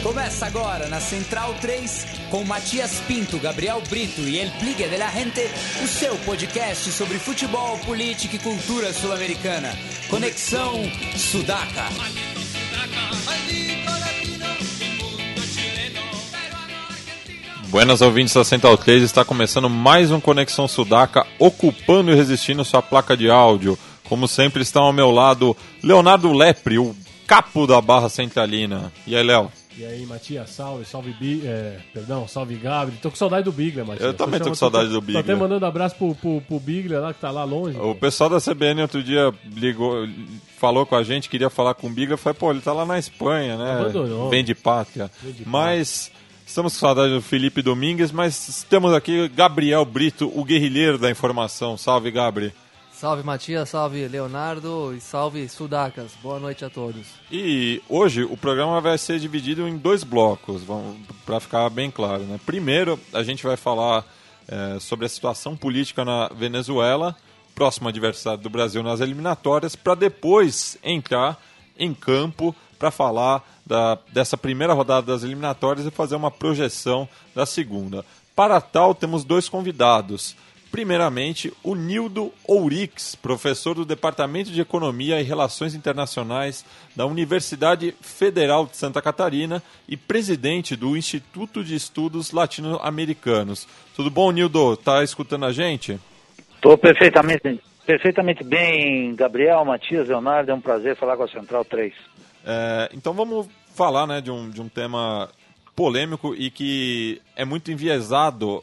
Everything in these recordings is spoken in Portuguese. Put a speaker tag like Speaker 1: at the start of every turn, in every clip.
Speaker 1: Começa agora na Central 3 com Matias Pinto, Gabriel Brito e El Pligue de la Gente, o seu podcast sobre futebol, política e cultura sul-americana. Conexão Sudaca.
Speaker 2: Buenas ouvintes da Central 3, está começando mais um Conexão Sudaca, ocupando e resistindo sua placa de áudio. Como sempre estão ao meu lado Leonardo Lepre, o capo da Barra Centralina. E aí, Léo?
Speaker 3: E aí, Matias, salve salve Gabriel. Tô com saudade do Bigler, Matias.
Speaker 2: Eu também tô com saudade do Bigler.
Speaker 3: Tô até mandando abraço pro Bigler lá, que tá lá longe.
Speaker 2: O pessoal da CBN outro dia falou com a gente, queria falar com o Bigler. Eu falei, pô, ele tá lá na Espanha, né?
Speaker 3: Abandonou.
Speaker 2: Vem de pátria. Mas estamos com saudade do Felipe Domingues, mas temos aqui Gabriel Brito, o guerrilheiro da informação. Salve, Gabri.
Speaker 4: Salve, Matias, salve, Leonardo e salve, Sudacas. Boa noite a todos.
Speaker 2: E hoje o programa vai ser dividido em dois blocos, para ficar bem claro, né? Primeiro, a gente vai falar sobre a situação política na Venezuela, próximo adversário do Brasil nas eliminatórias, para depois entrar em campo para falar dessa primeira rodada das eliminatórias e fazer uma projeção da segunda. Para tal, temos dois convidados. Primeiramente, o Nildo Ourix, professor do Departamento de Economia e Relações Internacionais da Universidade Federal de Santa Catarina e presidente do Instituto de Estudos Latino-Americanos. Tudo bom, Nildo? Tá escutando a gente?
Speaker 5: Estou perfeitamente bem, Gabriel, Matias, Leonardo. É um prazer falar com a Central 3.
Speaker 2: Então vamos falar, né, de um tema polêmico e que é muito enviesado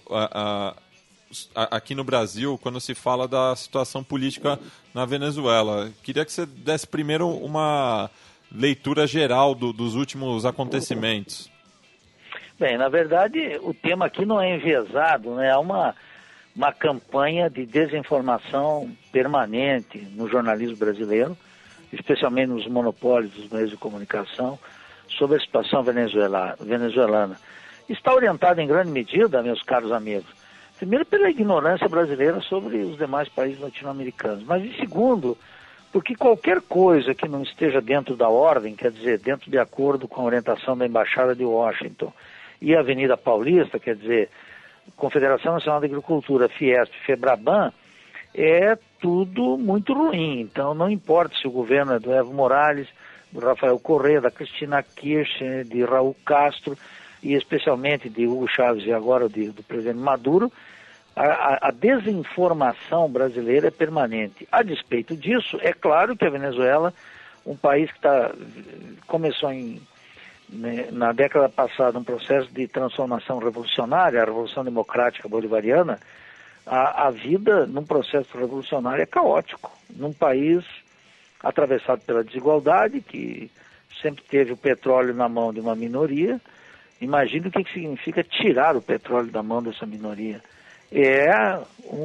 Speaker 2: aqui no Brasil, quando se fala da situação política na Venezuela. Queria que você desse primeiro uma leitura geral dos últimos acontecimentos.
Speaker 5: Bem, na verdade, o tema aqui não é enviesado, né? É uma campanha de desinformação permanente no jornalismo brasileiro, especialmente nos monopólios dos meios de comunicação, sobre a situação venezuelana. Está orientada em grande medida, meus caros amigos, primeiro, pela ignorância brasileira sobre os demais países latino-americanos, mas em segundo, porque qualquer coisa que não esteja dentro da ordem, quer dizer, dentro de acordo com a orientação da Embaixada de Washington e a Avenida Paulista, quer dizer, Confederação Nacional da Agricultura, Fiesp, Febraban, é tudo muito ruim. Então não importa se o governo é do Evo Morales, do Rafael Correa, da Cristina Kirchner, de Raul Castro e especialmente de Hugo Chávez e agora do presidente Maduro, a desinformação brasileira é permanente. A despeito disso, é claro que a Venezuela, um país que começou na década passada um processo de transformação revolucionária, a Revolução Democrática Bolivariana, a vida num processo revolucionário é caótico, num país atravessado pela desigualdade, que sempre teve o petróleo na mão de uma minoria. Imagina o que significa tirar o petróleo da mão dessa minoria. É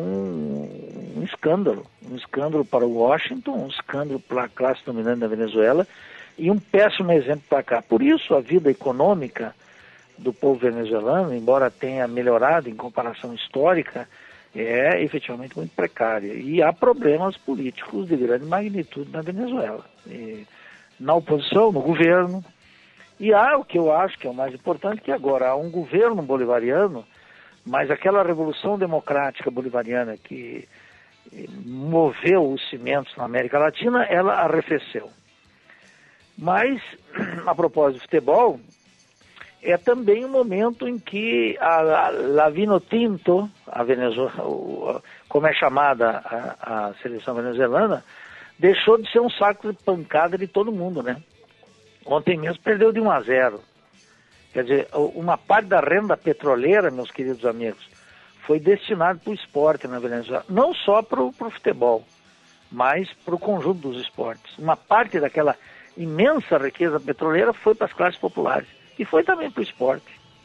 Speaker 5: um escândalo para o Washington, um escândalo para a classe dominante da Venezuela e um péssimo exemplo para cá. Por isso, a vida econômica do povo venezuelano, embora tenha melhorado em comparação histórica, é efetivamente muito precária. E há problemas políticos de grande magnitude na Venezuela. Na oposição, no governo. E há o que eu acho que é o mais importante, que agora há um governo bolivariano, mas aquela revolução democrática bolivariana que moveu os cimentos na América Latina, ela arrefeceu. Mas, a propósito do futebol, é também um momento em que a Vinotinto, a Venezuela, como é chamada a seleção venezuelana, deixou de ser um saco de pancada de todo mundo, né? Ontem mesmo perdeu de 1-0. Quer dizer, uma parte da renda petroleira, meus queridos amigos, foi destinada para o esporte na Venezuela. Não só para o futebol, mas para o conjunto dos esportes. Uma parte daquela imensa riqueza petroleira foi para as classes populares. E foi também para o esporte.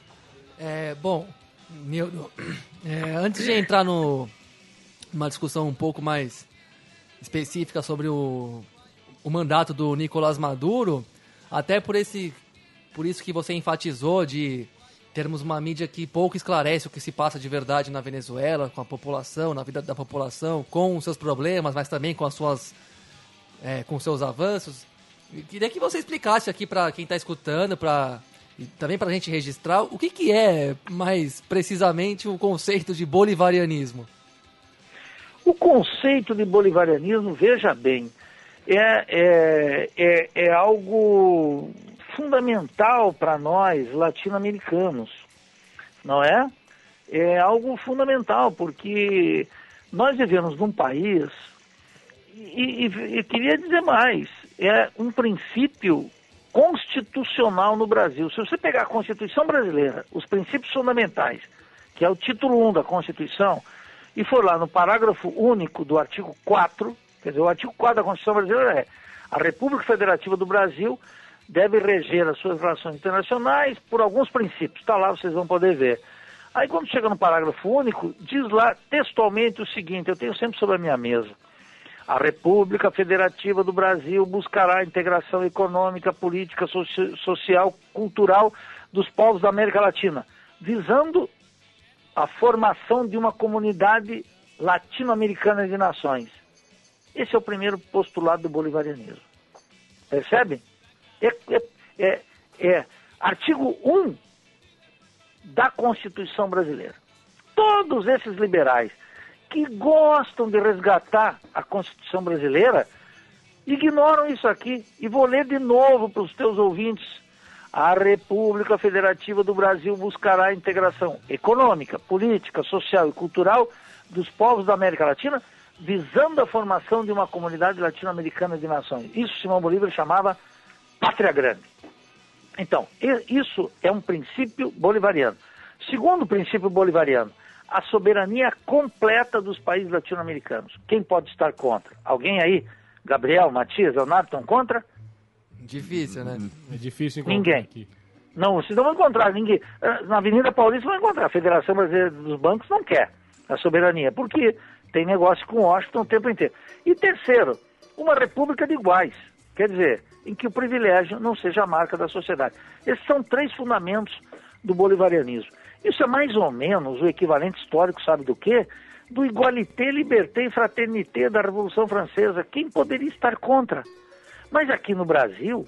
Speaker 4: Bom, Nildo, antes de entrar numa discussão um pouco mais específica sobre o mandato do Nicolás Maduro, até por isso que você enfatizou de termos uma mídia que pouco esclarece o que se passa de verdade na Venezuela, com a população, na vida da população, com os seus problemas, mas também com com seus avanços. Eu queria que você explicasse aqui para quem está escutando, para e também para a gente registrar, o que é, mais precisamente, o conceito de bolivarianismo?
Speaker 5: O conceito de bolivarianismo, veja bem, é algo fundamental para nós latino-americanos, não é? É algo fundamental, porque nós vivemos num país, e queria dizer mais, é um princípio constitucional no Brasil. Se você pegar a Constituição brasileira, os princípios fundamentais, que é o título 1 da Constituição, e for lá no parágrafo único do artigo 4, quer dizer, o artigo 4 da Constituição brasileira é: a República Federativa do Brasil deve reger as suas relações internacionais por alguns princípios. Está lá, vocês vão poder ver. Aí quando chega no parágrafo único, diz lá textualmente o seguinte, eu tenho sempre sobre a minha mesa: a República Federativa do Brasil buscará a integração econômica, política, social, cultural dos povos da América Latina, visando a formação de uma comunidade latino-americana de nações. Esse é o primeiro postulado do bolivarianismo. Percebe? Artigo 1 da Constituição brasileira. Todos esses liberais que gostam de resgatar a Constituição brasileira ignoram isso aqui. E vou ler de novo para os teus ouvintes. A República Federativa do Brasil buscará a integração econômica, política, social e cultural dos povos da América Latina, visando a formação de uma comunidade latino-americana de nações. Isso Simão Bolívar chamava Pátria Grande. Então, isso é um princípio bolivariano. Segundo princípio bolivariano, a soberania completa dos países latino-americanos. Quem pode estar contra? Alguém aí? Gabriel, Matias, Leonardo estão contra?
Speaker 4: Difícil, né?
Speaker 3: É difícil encontrar
Speaker 5: Ninguém.
Speaker 3: aqui.
Speaker 5: Não, vocês não vão encontrar ninguém. Na Avenida Paulista vão encontrar. A Federação Brasileira dos Bancos não quer a soberania, porque tem negócio com Washington o tempo inteiro. E terceiro, uma república de iguais. Quer dizer, em que o privilégio não seja a marca da sociedade. Esses são 3 fundamentos do bolivarianismo. Isso é mais ou menos o equivalente histórico, sabe do quê? Do igualité, liberté e fraternité da Revolução Francesa. Quem poderia estar contra? Mas aqui no Brasil,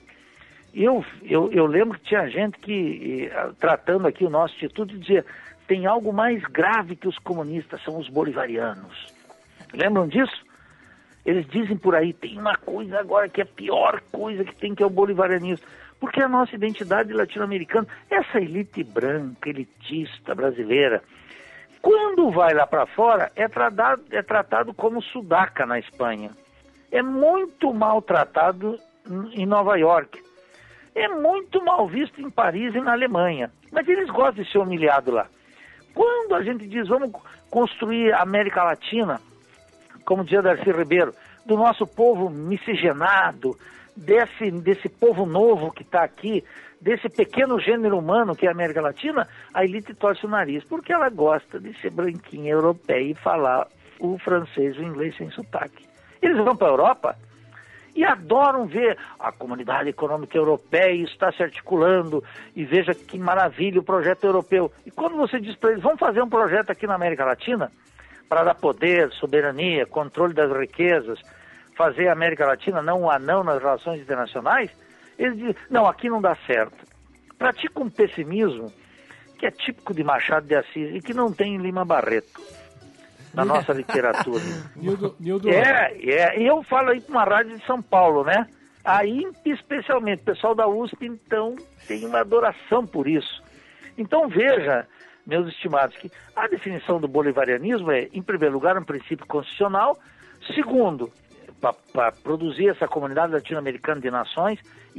Speaker 5: eu lembro que tinha gente que, tratando aqui o nosso instituto, dizia: tem algo mais grave que os comunistas, são os bolivarianos. Lembram disso? Eles dizem por aí, tem uma coisa agora que é a pior coisa que tem, que é o bolivarianismo. Porque a nossa identidade latino-americana, essa elite branca, elitista brasileira, quando vai lá para fora, é tratado como sudaca na Espanha. É muito maltratado em Nova York. É muito mal visto em Paris e na Alemanha. Mas eles gostam de ser humilhados lá. Quando a gente diz, vamos construir a América Latina, como dizia Darcy Ribeiro, do nosso povo miscigenado, desse povo novo que está aqui, desse pequeno gênero humano que é a América Latina, a elite torce o nariz, porque ela gosta de ser branquinha, europeia e falar o francês e o inglês sem sotaque. Eles vão para a Europa e adoram ver a comunidade econômica europeia está se articulando e veja que maravilha o projeto europeu. E quando você diz para eles, vamos fazer um projeto aqui na América Latina para dar poder, soberania, controle das riquezas, fazer a América Latina não um anão nas relações internacionais, eles dizem, não, aqui não dá certo. Pratica um pessimismo que é típico de Machado de Assis e que não tem em Lima Barreto na nossa literatura.
Speaker 3: Nildo.
Speaker 5: E eu falo aí para uma rádio de São Paulo, né? Aí, especialmente, o pessoal da USP, então, tem uma adoração por isso. Então, veja, meus estimados, que a definição do bolivarianismo é, em primeiro lugar, um princípio constitucional. Segundo, para produzir essa comunidade latino-americana de nações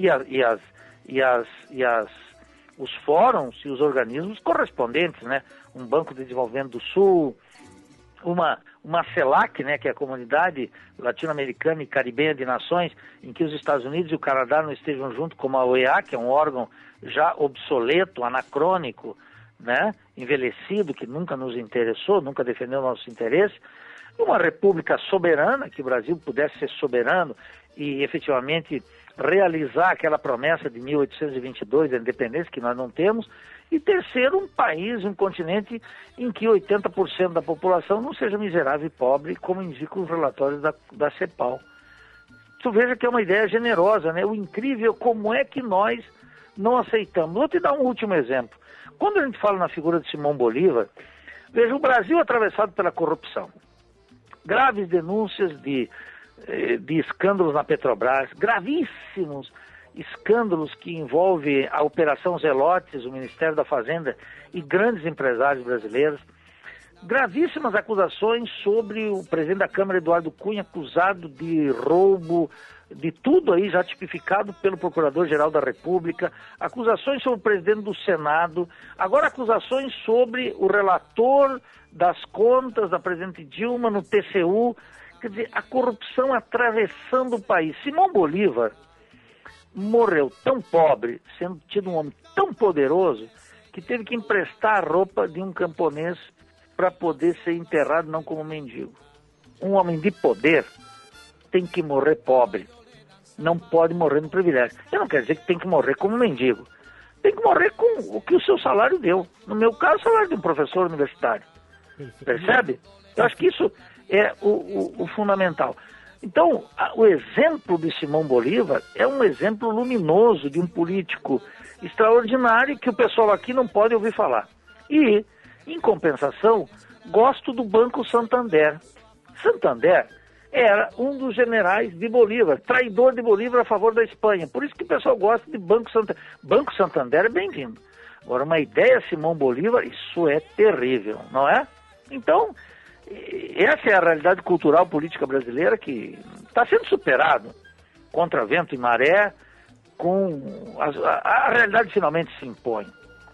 Speaker 5: os fóruns e os organismos correspondentes, né? Um Banco de Desenvolvimento do Sul, uma CELAC, né, que é a Comunidade Latino-Americana e Caribenha de Nações, em que os Estados Unidos e o Canadá não estejam junto, como a OEA, que é um órgão já obsoleto, anacrônico, né, envelhecido, que nunca nos interessou, nunca defendeu nossos interesses. Uma república soberana, que o Brasil pudesse ser soberano e efetivamente realizar aquela promessa de 1822, da independência, que nós não temos. E terceiro, um país, um continente em que 80% da população não seja miserável e pobre, como indicam os relatórios da CEPAL. Tu veja que é uma ideia generosa, né? O incrível é como é que nós não aceitamos. Vou te dar um último exemplo. Quando a gente fala na figura de Simão Bolívar, veja, o Brasil atravessado pela corrupção. Graves denúncias de escândalos na Petrobras, gravíssimos escândalos que envolvem a Operação Zelotes, o Ministério da Fazenda e grandes empresários brasileiros. Gravíssimas acusações sobre o presidente da Câmara, Eduardo Cunha, acusado de roubo, de tudo aí já tipificado pelo Procurador-Geral da República, acusações sobre o presidente do Senado, agora acusações sobre o relator das contas da presidente Dilma no TCU. Quer dizer, a corrupção atravessando o país. Simão Bolívar morreu tão pobre, sendo tido um homem tão poderoso, que teve que emprestar a roupa de um camponês para poder ser enterrado não como mendigo. Um homem de poder tem que morrer pobre, não pode morrer no privilégio. Eu não quero dizer que tem que morrer como mendigo, tem que morrer com o que o seu salário deu. No meu caso, o salário de um professor universitário. Percebe? Eu acho que isso é o fundamental. Então, o exemplo de Simão Bolívar é um exemplo luminoso de um político extraordinário que o pessoal aqui não pode ouvir falar. E, em compensação, gosto do Banco Santander. Santander era um dos generais de Bolívar, traidor de Bolívar a favor da Espanha. Por isso que o pessoal gosta de Banco Santander. Banco Santander é bem-vindo. Agora, uma ideia Simão Bolívar, isso é terrível, não é? Então, essa é a realidade cultural política brasileira que está sendo superado contra vento e maré, com a realidade finalmente se impõe.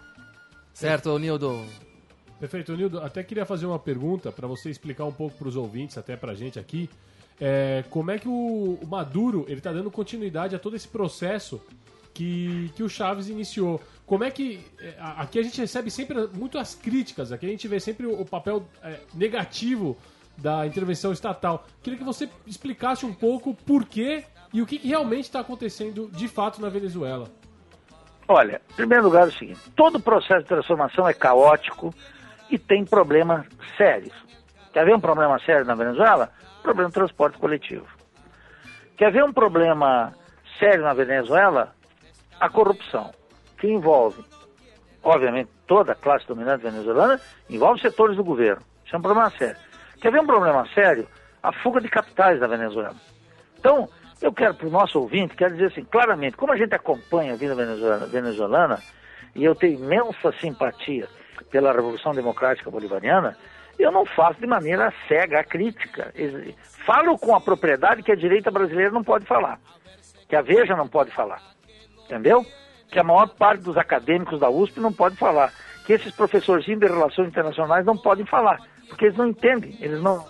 Speaker 4: Certo, Nildo.
Speaker 3: Perfeito, Nildo. Até queria fazer uma pergunta para você explicar um pouco para os ouvintes, até para a gente aqui, como é que o Maduro ele está dando continuidade a todo esse processo que o Chaves iniciou. Como é que... Aqui a gente recebe sempre muito as críticas, aqui a gente vê sempre o papel negativo da intervenção estatal. Queria que você explicasse um pouco por quê e o que realmente está acontecendo de fato na Venezuela.
Speaker 5: Olha, em primeiro lugar é o seguinte, todo processo de transformação é caótico e tem problemas sérios. Quer ver um problema sério na Venezuela? Problema do transporte coletivo. Quer ver um problema sério na Venezuela? A corrupção, que envolve, obviamente, toda a classe dominante venezuelana, envolve setores do governo. Isso é um problema sério. Quer ver um problema sério? A fuga de capitais da Venezuela. Então, eu quero, para o nosso ouvinte, quero dizer assim, claramente, como a gente acompanha a vida venezuelana, e eu tenho imensa simpatia pela Revolução Democrática Bolivariana, eu não faço de maneira cega a crítica. Falo com a propriedade que a direita brasileira não pode falar, que a Veja não pode falar. Entendeu? Que a maior parte dos acadêmicos da USP não pode falar. Que esses professorzinhos de relações internacionais não podem falar. Porque eles não entendem. Eles não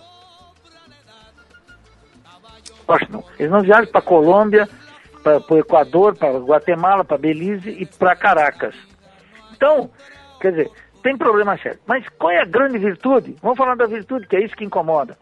Speaker 5: viajam para a Colômbia, para o Equador, para Guatemala, para Belize e para Caracas. Então, quer dizer, tem problema sério. Mas qual é a grande virtude? Vamos falar da virtude, que é isso que incomoda.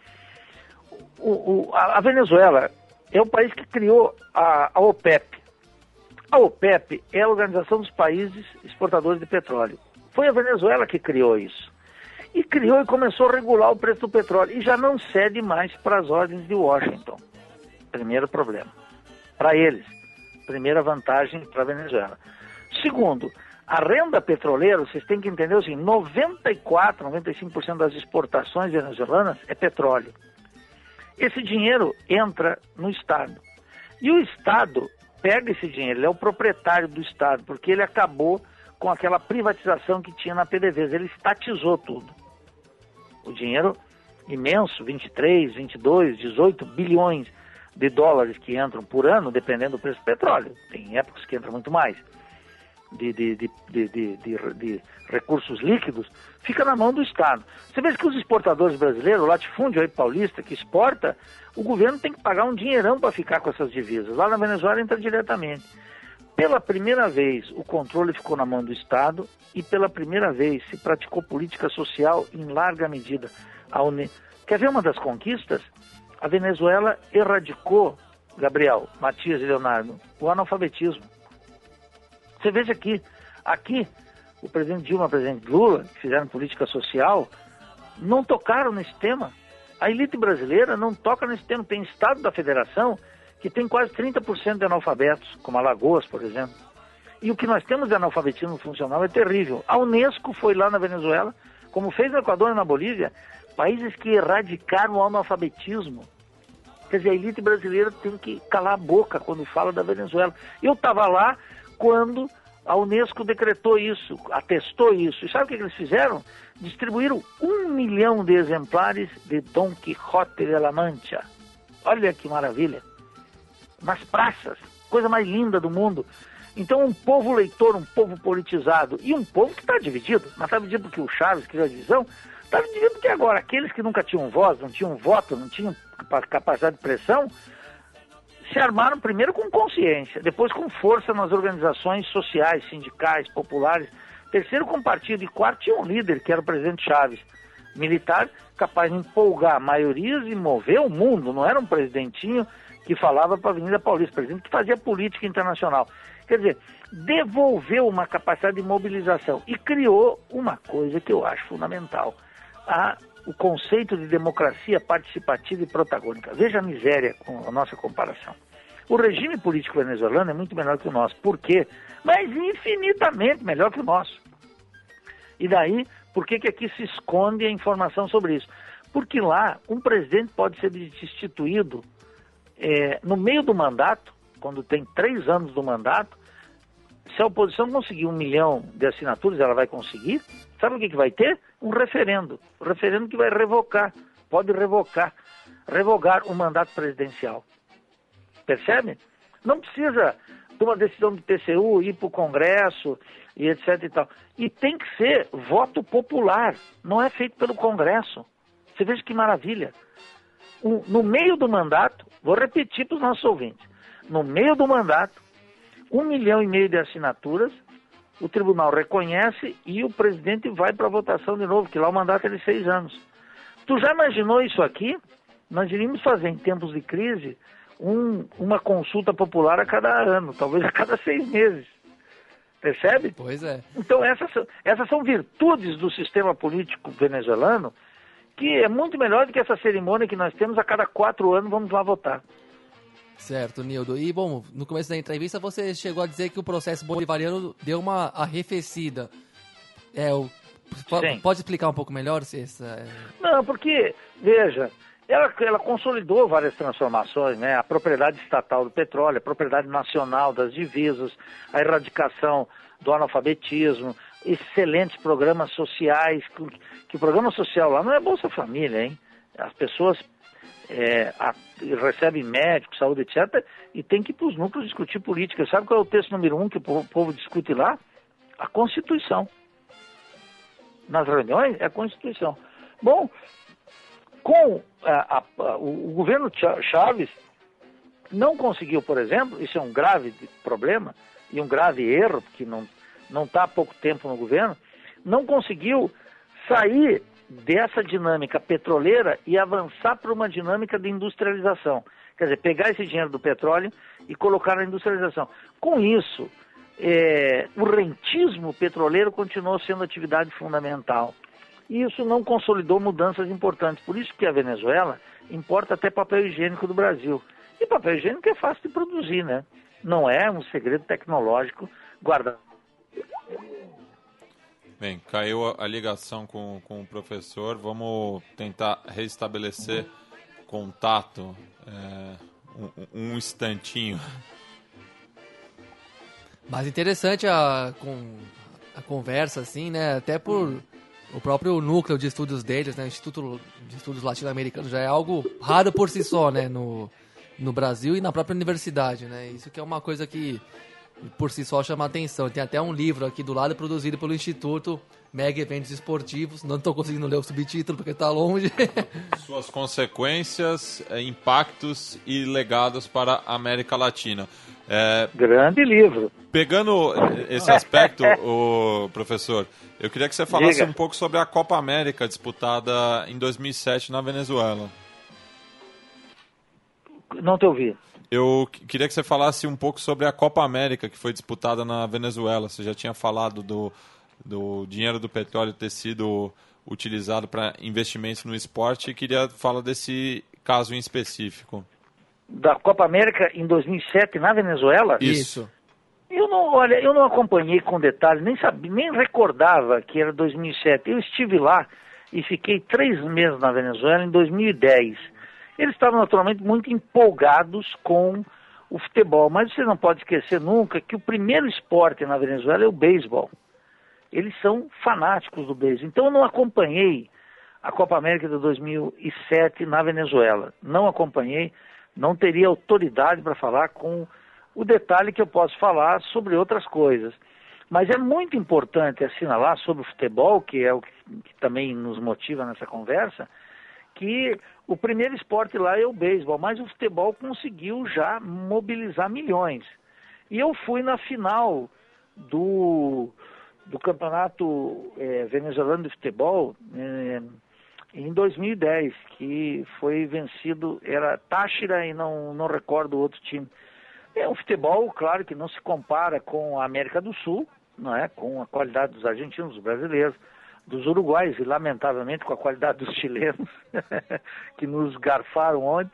Speaker 5: A Venezuela é o país que criou a OPEP. A OPEP é a Organização dos Países Exportadores de Petróleo. Foi a Venezuela que criou isso. E criou e começou a regular o preço do petróleo. E já não cede mais para as ordens de Washington. Primeiro problema. Para eles. Primeira vantagem para a Venezuela. Segundo, a renda petroleira, vocês têm que entender assim, 95% das exportações venezuelanas é petróleo. Esse dinheiro entra no Estado. E o Estado pega esse dinheiro, ele é o proprietário do Estado, porque ele acabou com aquela privatização que tinha na PDVSA, ele estatizou tudo. O dinheiro imenso, 23, 22, 18 bilhões de dólares que entram por ano, dependendo do preço do petróleo. Tem épocas que entra muito mais. De recursos líquidos, fica na mão do Estado. Você vê que os exportadores brasileiros, o latifúndio aí paulista que exporta, o governo tem que pagar um dinheirão para ficar com essas divisas. Lá na Venezuela entra diretamente. Pela primeira vez, o controle ficou na mão do Estado e pela primeira vez se praticou política social em larga medida. Quer ver uma das conquistas? A Venezuela erradicou, Gabriel, Matias e Leonardo, o analfabetismo. Você veja aqui o presidente Dilma e o presidente Lula, que fizeram política social, não tocaram nesse tema. A elite brasileira não toca nesse tema. Tem estado da federação que tem quase 30% de analfabetos, como Alagoas, por exemplo. E o que nós temos de analfabetismo funcional é terrível. A Unesco foi lá na Venezuela, como fez no Equador e na Bolívia, países que erradicaram o analfabetismo. Quer dizer, a elite brasileira tem que calar a boca quando fala da Venezuela. Eu estava lá quando a Unesco decretou isso, atestou isso. E sabe o que eles fizeram? Distribuíram 1 milhão de exemplares de Dom Quixote de la Mancha. Olha que maravilha. Nas praças, coisa mais linda do mundo. Então um povo leitor, um povo politizado e um povo que está dividido. Mas está dividido porque o Chaves criou a divisão, está dividido porque agora aqueles que nunca tinham voz, não tinham voto, não tinham capacidade de pressão, se armaram primeiro com consciência, depois com força nas organizações sociais, sindicais, populares, terceiro com partido e quarto tinha um líder, que era o presidente Chaves, militar, capaz de empolgar maiorias e mover o mundo, não era um presidentinho que falava para a Avenida Paulista, presidente que fazia política internacional. Quer dizer, devolveu uma capacidade de mobilização e criou uma coisa que eu acho fundamental, o conceito de democracia participativa e protagônica. Veja a miséria com a nossa comparação. O regime político venezuelano é muito melhor que o nosso. Por quê? Mas infinitamente melhor que o nosso. E daí, por que aqui se esconde a informação sobre isso? Porque lá, um presidente pode ser destituído no meio do mandato, quando tem 3 anos do mandato. Se a oposição conseguir 1 milhão de assinaturas, ela vai conseguir. Sabe o que vai ter? Um referendo. Um referendo que vai revocar, pode revogar o mandato presidencial. Percebe? Não precisa de uma decisão do TCU, ir para o Congresso e etc e tal. E tem que ser voto popular, não é feito pelo Congresso. Você veja que maravilha. No meio do mandato, vou repetir para os nossos ouvintes, no meio do mandato, 1,5 milhão de assinaturas, o tribunal reconhece e o presidente vai para a votação de novo, que lá o mandato é de 6 anos. Tu já imaginou isso aqui? Nós iríamos fazer, em tempos de crise, uma consulta popular a cada ano, talvez a cada 6 meses. Percebe?
Speaker 4: Pois é.
Speaker 5: Então essas são virtudes do sistema político venezuelano, que é muito melhor do que essa cerimônia que nós temos a cada 4 anos, vamos lá votar.
Speaker 4: Certo, Nildo. E, bom, no começo da entrevista você chegou a dizer que o processo bolivariano deu uma arrefecida. Pode explicar um pouco melhor?
Speaker 5: Não, porque, veja, ela consolidou várias transformações, né? A propriedade estatal do petróleo, a propriedade nacional das divisas, a erradicação do analfabetismo, excelentes programas sociais, que o programa social lá não é Bolsa Família, hein? As pessoas recebem médicos, saúde, etc., e tem que ir para os núcleos discutir política. Sabe qual é o texto número 1 que o povo discute lá? A Constituição. Nas reuniões, é a Constituição. Bom, com o governo Chaves não conseguiu, por exemplo, isso é um grave problema e um grave erro, porque não está há pouco tempo no governo, não conseguiu sair dessa dinâmica petroleira e avançar para uma dinâmica de industrialização. Quer dizer, pegar esse dinheiro do petróleo e colocar na industrialização. Com isso, o rentismo petroleiro continuou sendo atividade fundamental. E isso não consolidou mudanças importantes. Por isso que a Venezuela importa até papel higiênico do Brasil. E papel higiênico é fácil de produzir, né? Não é um segredo tecnológico guardado.
Speaker 2: Bem, caiu a ligação com o professor. Vamos tentar restabelecer contato um instantinho.
Speaker 4: Mas interessante a conversa, assim, né? Até por o próprio núcleo de estudos deles, né? O Instituto de Estudos Latino-Americanos já é algo raro por si só, né? No Brasil e na própria universidade, né? Isso que é uma coisa que por si só chama atenção. Tem até um livro aqui do lado produzido pelo Instituto Mega Eventos Esportivos. Não estou conseguindo ler o subtítulo porque está longe.
Speaker 2: Suas consequências, impactos e legados para a América Latina.
Speaker 5: Grande livro.
Speaker 2: Pegando esse aspecto, professor, eu queria que você falasse um pouco sobre a Copa América disputada em 2007 na Venezuela.
Speaker 5: Não te ouvi.
Speaker 2: Eu queria que você falasse um pouco sobre a Copa América que foi disputada na Venezuela. Você já tinha falado do dinheiro do petróleo ter sido utilizado para investimentos no esporte e queria falar desse caso em específico.
Speaker 5: Da Copa América em 2007 na Venezuela?
Speaker 2: Isso.
Speaker 5: Olha, eu não acompanhei com detalhe, nem sabia, nem recordava que era 2007. Eu estive lá e fiquei 3 meses na Venezuela em 2010. Eles estavam naturalmente muito empolgados com o futebol, mas você não pode esquecer nunca que o primeiro esporte na Venezuela é o beisebol. Eles são fanáticos do beisebol. Então eu não acompanhei a Copa América de 2007 na Venezuela. Não acompanhei, não teria autoridade para falar com o detalhe que eu posso falar sobre outras coisas. Mas é muito importante assinalar sobre o futebol, que é o que também nos motiva nessa conversa, que o primeiro esporte lá é o beisebol, mas o futebol conseguiu já mobilizar milhões. E eu fui na final do campeonato venezuelano de futebol em 2010, que foi vencido, era Táchira e não recordo o outro time. É um futebol, claro, que não se compara com a América do Sul, não é? Com a qualidade dos argentinos, dos brasileiros, dos uruguaios e, lamentavelmente, com a qualidade dos chilenos, que nos garfaram ontem.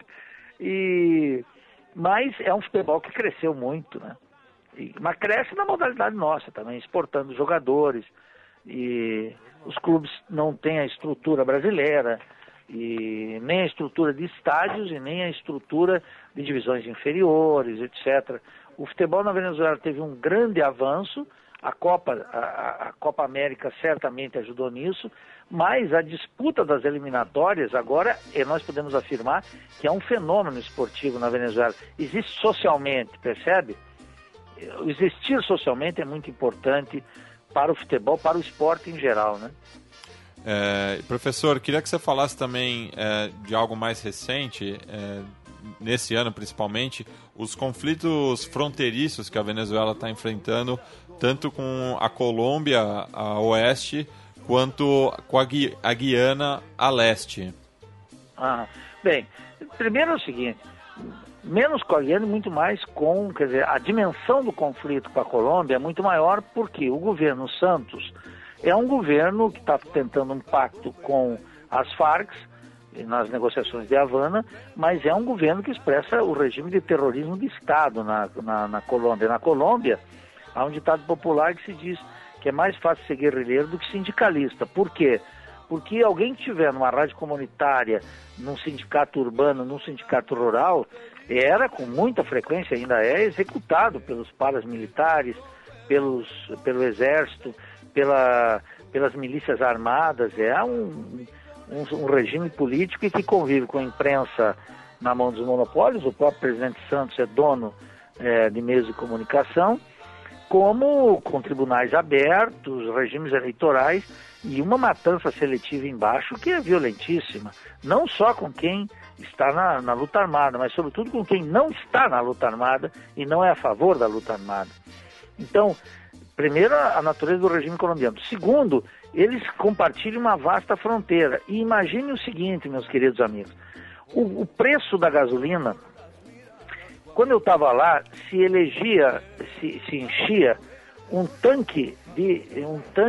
Speaker 5: Mas é um futebol que cresceu muito, né? Mas cresce na modalidade nossa também, exportando jogadores. E os clubes não têm a estrutura brasileira, e nem a estrutura de estádios e nem a estrutura de divisões inferiores, etc. O futebol na Venezuela teve um grande avanço, a Copa América certamente ajudou nisso, mas a disputa das eliminatórias agora, nós podemos afirmar que é um fenômeno esportivo na Venezuela. Existe socialmente, percebe? Existir socialmente é muito importante para o futebol, para o esporte em geral, né?
Speaker 2: Professor, queria que você falasse também de algo mais recente, nesse ano principalmente, os conflitos fronteiriços que a Venezuela está enfrentando, tanto com a Colômbia a oeste, quanto com a Guiana a leste.
Speaker 5: Bem, primeiro é o seguinte, menos com a Guiana e muito mais com, quer dizer, a dimensão do conflito com a Colômbia é muito maior porque o governo Santos é um governo que está tentando um pacto com as Farc nas negociações de Havana, mas é um governo que expressa o regime de terrorismo de Estado na Colômbia. Na Colômbia, há um ditado popular que se diz que é mais fácil ser guerrilheiro do que sindicalista. Por quê? Porque alguém que estiver numa rádio comunitária, num sindicato urbano, num sindicato rural, era com muita frequência, ainda é executado pelos paramilitares, pelo exército, pelas milícias armadas. É um regime político e que convive com a imprensa na mão dos monopólios. O próprio presidente Santos é dono de meios de comunicação, como com tribunais abertos, regimes eleitorais e uma matança seletiva embaixo que é violentíssima, não só com quem está na luta armada, mas sobretudo com quem não está na luta armada e não é a favor da luta armada. Então, primeiro, a natureza do regime colombiano. Segundo, eles compartilham uma vasta fronteira. E imagine o seguinte, meus queridos amigos, o preço da gasolina, quando eu estava lá, se enchia um tanque de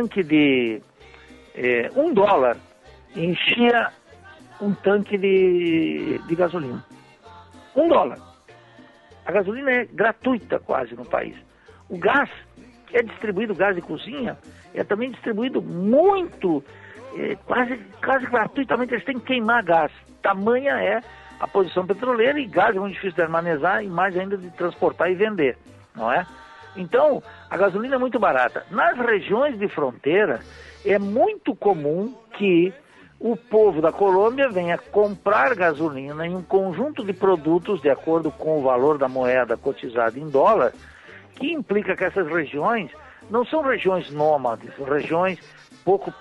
Speaker 5: $1, enchia um tanque de gasolina. $1. A gasolina é gratuita quase no país. O gás é distribuído, gás de cozinha, é também distribuído muito, quase gratuitamente. Eles têm que queimar gás. Tamanha é a posição petroleira, e gás é muito difícil de armazenar e mais ainda de transportar e vender, não é? Então, a gasolina é muito barata. Nas regiões de fronteira, é muito comum que o povo da Colômbia venha comprar gasolina em um conjunto de produtos de acordo com o valor da moeda cotizada em dólar, que implica que essas regiões não são regiões nômades, são regiões pouco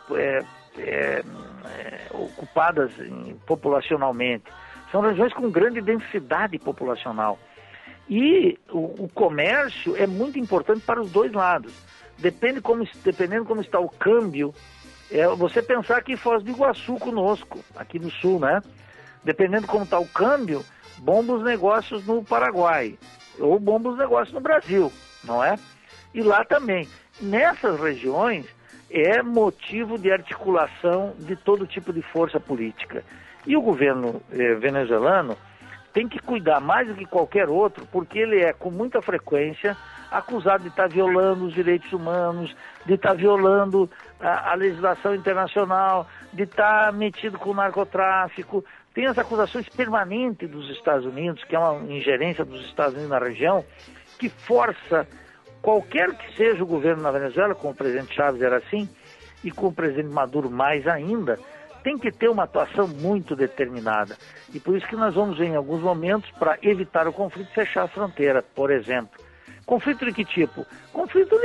Speaker 5: ocupadas populacionalmente. São regiões com grande densidade populacional. E o comércio é muito importante para os dois lados. Dependendo como está o câmbio, você pensar aqui em Foz do Iguaçu conosco, aqui no sul, né? Dependendo como está o câmbio, bomba os negócios no Paraguai, ou bomba os negócios no Brasil, não é? E lá também. Nessas regiões é motivo de articulação de todo tipo de força política. E o governo venezuelano tem que cuidar mais do que qualquer outro, porque ele é com muita frequência acusado de estar violando os direitos humanos, de estar violando a legislação internacional, de estar metido com o narcotráfico. Tem as acusações permanentes dos Estados Unidos, que é uma ingerência dos Estados Unidos na região, que força qualquer que seja o governo na Venezuela, com o presidente Chávez era assim, e com o presidente Maduro mais ainda, tem que ter uma atuação muito determinada. E por isso que nós vamos ver em alguns momentos, para evitar o conflito, fechar a fronteira, por exemplo. Conflito de que tipo? Conflito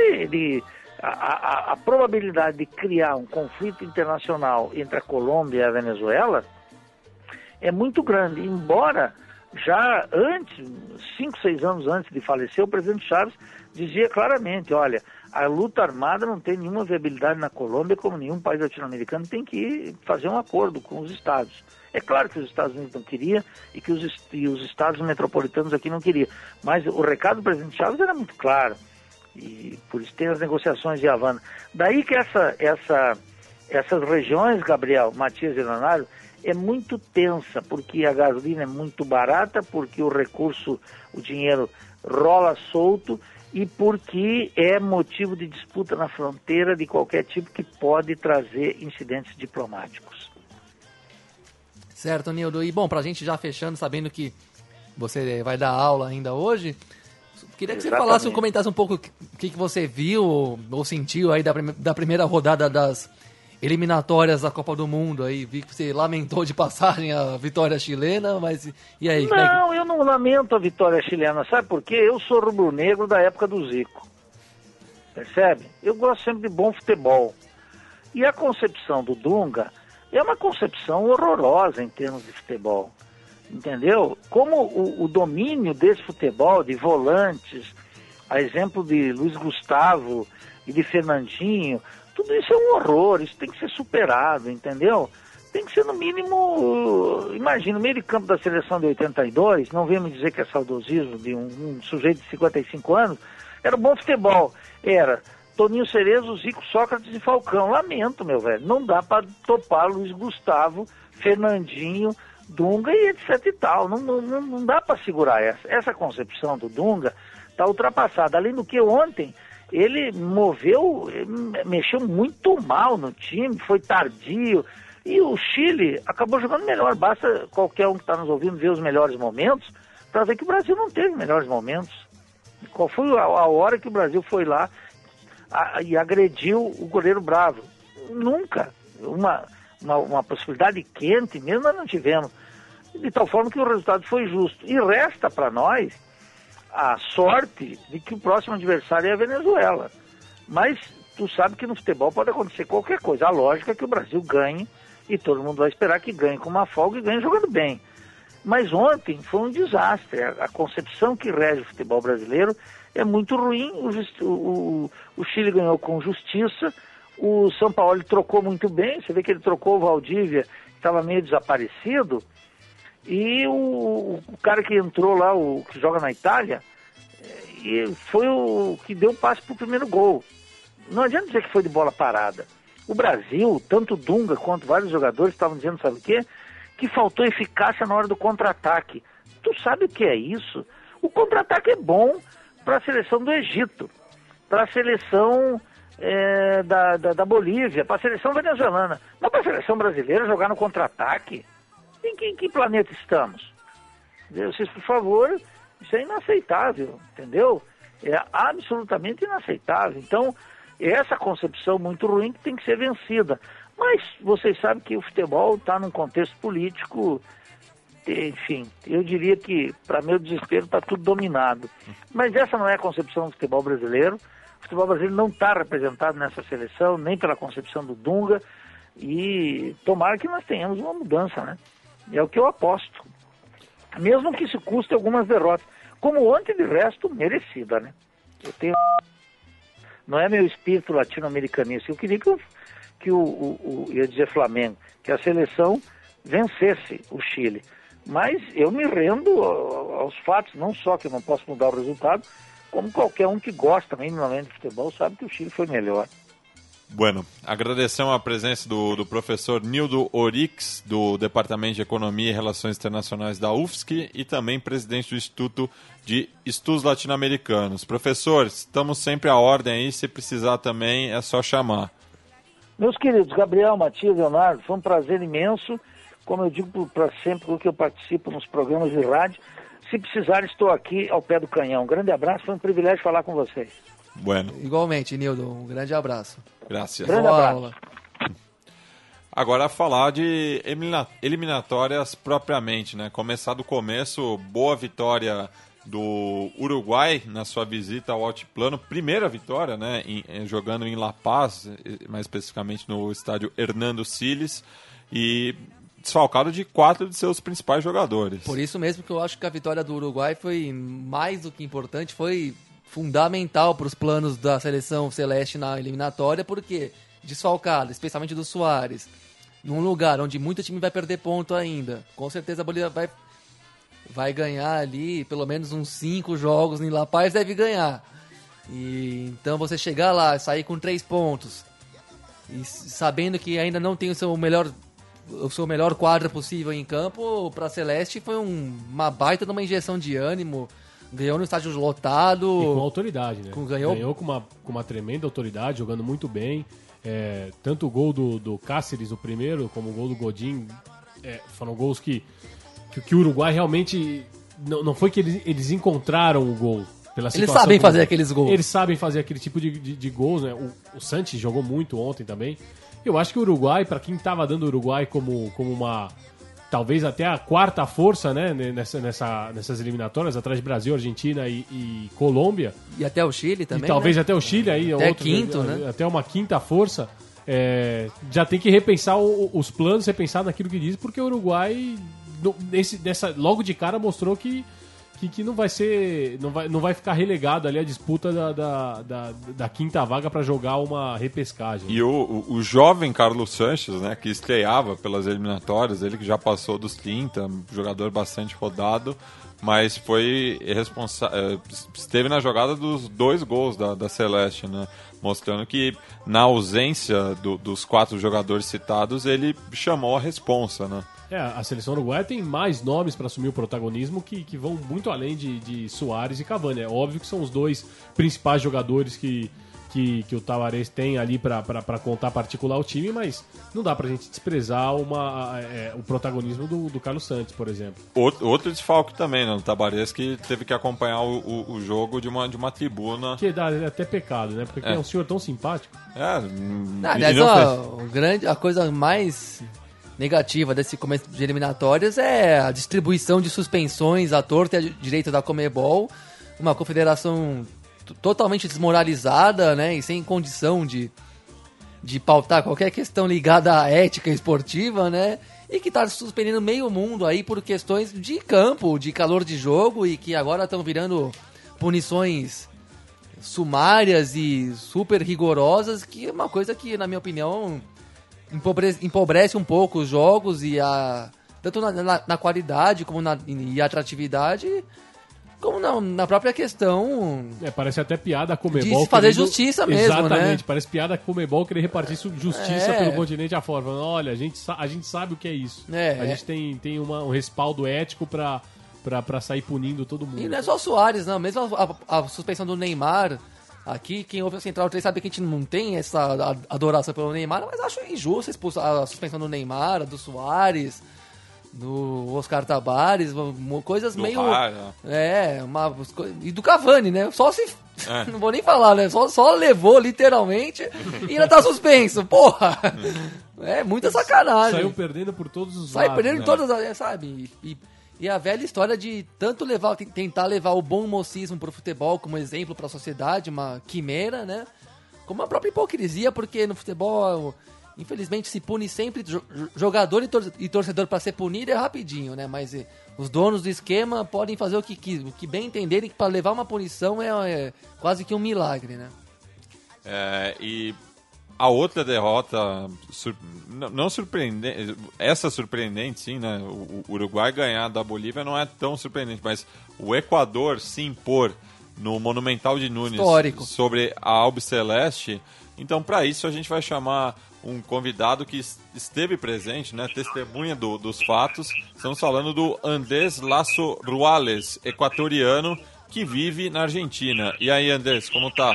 Speaker 5: a probabilidade de criar um conflito internacional entre a Colômbia e a Venezuela é muito grande, embora já antes, 5, 6 anos antes de falecer, o presidente Chávez dizia claramente, olha, a luta armada não tem nenhuma viabilidade na Colômbia, como nenhum país latino-americano tem que fazer um acordo com os Estados. É claro que os Estados Unidos não queriam e que os Estados metropolitanos aqui não queriam, mas o recado do presidente Chávez era muito claro, e por isso tem as negociações de Havana. Daí que essas regiões, Gabriel, Matias e Leonardo, é muito tensa, porque a gasolina é muito barata, porque o recurso, o dinheiro rola solto e porque é motivo de disputa na fronteira de qualquer tipo que pode trazer incidentes diplomáticos.
Speaker 4: Certo, Nildo. E bom, pra gente já fechando, sabendo que você vai dar aula ainda hoje, queria que você falasse, comentasse um pouco o que você viu ou sentiu aí da primeira rodada das eliminatórias da Copa do Mundo. Aí vi que você lamentou de passagem a vitória chilena, mas e aí?
Speaker 5: Não, eu não lamento a vitória chilena, sabe por quê? Eu sou rubro-negro da época do Zico, percebe? Eu gosto sempre de bom futebol. E a concepção do Dunga é uma concepção horrorosa em termos de futebol, entendeu? Como o domínio desse futebol, de volantes, a exemplo de Luiz Gustavo e de Fernandinho, tudo isso é um horror, isso tem que ser superado, entendeu? Tem que ser no mínimo, imagina, o meio de campo da seleção de 82, não venha me dizer que é saudosismo de um sujeito de 55 anos, era bom futebol, era Toninho Cerezo, Zico, Sócrates e Falcão. Lamento, meu velho, não dá para topar Luiz Gustavo, Fernandinho, Dunga e etc e tal, não dá para segurar essa concepção do Dunga, está ultrapassada, além do que ontem ele mexeu muito mal no time, foi tardio, e o Chile acabou jogando melhor. Basta qualquer um que está nos ouvindo ver os melhores momentos para ver que o Brasil não teve melhores momentos. Qual foi a hora que o Brasil foi lá e agrediu o goleiro Bravo? Nunca. Uma possibilidade quente mesmo nós não tivemos, de tal forma que o resultado foi justo. E resta para nós a sorte de que o próximo adversário é a Venezuela. Mas tu sabe que no futebol pode acontecer qualquer coisa. A lógica é que o Brasil ganhe, e todo mundo vai esperar que ganhe com uma folga e ganhe jogando bem. Mas ontem foi um desastre. A concepção que rege o futebol brasileiro é muito ruim. O Chile ganhou com justiça, o São Paulo trocou muito bem. Você vê que ele trocou o Valdívia, que estava meio desaparecido, e o cara que entrou lá, o que joga na Itália, e foi o que deu o passe para o primeiro gol. Não adianta dizer que foi de bola parada. O Brasil, tanto o Dunga quanto vários jogadores estavam dizendo, sabe o quê? Que faltou eficácia na hora do contra-ataque. Tu sabe o que é isso? O contra-ataque é bom para a seleção do Egito, para a seleção da Bolívia, para a seleção venezuelana. Mas para a seleção brasileira jogar no contra-ataque? Em que planeta estamos? Vocês, por favor, isso é inaceitável, entendeu? É absolutamente inaceitável. Então, é essa concepção muito ruim que tem que ser vencida. Mas vocês sabem que o futebol está num contexto político, enfim, eu diria que, para meu desespero, está tudo dominado. Mas essa não é a concepção do futebol brasileiro. O futebol brasileiro não está representado nessa seleção, nem pela concepção do Dunga, e tomara que nós tenhamos uma mudança, né? É o que eu aposto. Mesmo que isso custe algumas derrotas. Como ontem, de resto, merecida, né? Eu tenho... Não é meu espírito latino-americanista. Eu queria que eu ia dizer Flamengo, que a seleção vencesse o Chile. Mas eu me rendo aos fatos, não só que eu não posso mudar o resultado, como qualquer um que gosta minimamente de futebol sabe que o Chile foi melhor.
Speaker 2: Bueno, agradecemos a presença do professor Nildo Orix, do Departamento de Economia e Relações Internacionais da UFSC e também presidente do Instituto de Estudos Latino-Americanos. Professor, estamos sempre à ordem aí, se precisar também é só chamar.
Speaker 5: Meus queridos, Gabriel, Matias, Leonardo, foi um prazer imenso. Como eu digo para sempre porque eu participo nos programas de rádio, se precisar estou aqui ao pé do canhão. Um grande abraço, foi um privilégio falar com vocês.
Speaker 2: Bueno.
Speaker 4: Igualmente, Nildo, um grande abraço.
Speaker 2: Graças.
Speaker 5: Grande
Speaker 4: Boa
Speaker 5: abraço.
Speaker 4: aula.
Speaker 2: Agora falar de eliminatórias propriamente, né? Começar do começo, boa vitória do Uruguai na sua visita ao Altiplano, primeira vitória, né? Jogando em La Paz, mais especificamente no estádio Hernando Siles, e desfalcado de 4 de seus principais jogadores.
Speaker 4: Por isso mesmo que eu acho que a vitória do Uruguai foi mais do que importante, foi fundamental para os planos da seleção celeste na eliminatória, porque desfalcado, especialmente do Suárez, num lugar onde muito time vai perder ponto ainda, com certeza a Bolívia vai ganhar ali pelo menos uns 5 jogos em La Paz, deve ganhar. E então você chegar lá, sair com 3 pontos, e sabendo que ainda não tem o seu melhor quadro possível em campo, para a Celeste foi uma baita de uma injeção de ânimo. Ganhou no estádio lotado.
Speaker 3: E com autoridade, né?
Speaker 4: Ganhou
Speaker 3: com uma tremenda autoridade, jogando muito bem. Tanto o gol do Cáceres, o primeiro, como o gol do Godin, foram gols que o Uruguai realmente... Não foi que eles encontraram o gol.
Speaker 4: Eles sabem fazer aqueles gols.
Speaker 3: Eles sabem fazer aquele tipo de gols, né? O Santos jogou muito ontem também. Eu acho que o Uruguai, para quem estava dando o Uruguai como uma... Talvez até a quarta força, né, nessas eliminatórias, atrás de Brasil, Argentina e Colômbia.
Speaker 4: E até o Chile também.
Speaker 3: E talvez
Speaker 4: né?
Speaker 3: até o Chile aí.
Speaker 4: Até quinto, né?
Speaker 3: Até uma quinta força. Já tem que repensar os planos, repensar naquilo que diz, porque o Uruguai, logo de cara, mostrou que não vai ser. Não vai ficar relegado ali a disputa da quinta vaga para jogar uma repescagem.
Speaker 2: E o jovem Carlos Sanches, né, que estreava pelas eliminatórias, ele que já passou dos 30, jogador bastante rodado, mas foi esteve na jogada dos 2 gols da Celeste, né, mostrando que na ausência dos 4 jogadores citados, ele chamou a responsa, né.
Speaker 3: A seleção uruguaia tem mais nomes para assumir o protagonismo que vão muito além de Suárez e Cavani. É óbvio que são os 2 principais jogadores que o Tavares tem ali para contar, particular o time, mas não dá pra gente desprezar o protagonismo do Carlos Santos, por exemplo.
Speaker 2: Outro desfalque também, né? O Tavares que teve que acompanhar o jogo de uma tribuna.
Speaker 3: Que dá até pecado, né? Porque é um senhor tão simpático.
Speaker 4: A coisa mais negativa desse começo de eliminatórias é a distribuição de suspensões à torta e à direita da Conmebol, uma confederação totalmente desmoralizada, né, e sem condição de pautar qualquer questão ligada à ética esportiva, né, e que está suspendendo meio mundo aí por questões de campo, de calor de jogo, e que agora estão virando punições sumárias e super rigorosas, que é uma coisa que, na minha opinião, empobrece um pouco os jogos e tanto na qualidade como e atratividade, como na própria questão.
Speaker 3: Parece até piada a Conmebol.
Speaker 4: De fazer justiça mesmo,
Speaker 3: exatamente,
Speaker 4: né?
Speaker 3: Parece piada a Conmebol querer repartir justiça pelo continente afora. Falando, olha, a gente sabe o que é isso. A gente tem um respaldo ético pra sair punindo todo mundo.
Speaker 4: E não é só o Suárez, não. Mesmo a suspensão do Neymar. Aqui, quem ouve a Central 3 sabe que a gente não tem essa adoração pelo Neymar, mas acho injusto a suspensão do Neymar, do Suárez, do Oscar Tabares, coisas
Speaker 2: do
Speaker 4: meio...
Speaker 3: É.
Speaker 4: E do Cavani, né? Só se... Não vou nem falar, né? Só levou, literalmente, e ainda tá suspenso. Porra! É muita sacanagem.
Speaker 3: Saiu perdendo por todos os lados.
Speaker 4: Saiu perdendo em todas as... Sabe? E a velha história de tanto tentar levar o bom mocismo pro futebol como exemplo pra sociedade, uma quimera, né? Como a própria hipocrisia, porque no futebol, infelizmente, se pune sempre jogador e torcedor pra ser punido é rapidinho, né? Mas os donos do esquema podem fazer o que bem entenderem, que pra levar uma punição é quase que um milagre, né?
Speaker 2: E a outra derrota, não surpreendente, essa surpreendente sim, né? O Uruguai ganhar da Bolívia não é tão surpreendente, mas o Equador se impor no Monumental de Nunes
Speaker 4: histórico.
Speaker 2: sobre a Albiceleste, Então, para isso, a gente vai chamar um convidado que esteve presente, né, testemunha dos fatos. Estamos falando do Andrés Lasso Ruales, equatoriano, que vive na Argentina. E aí, Andrés, como tá?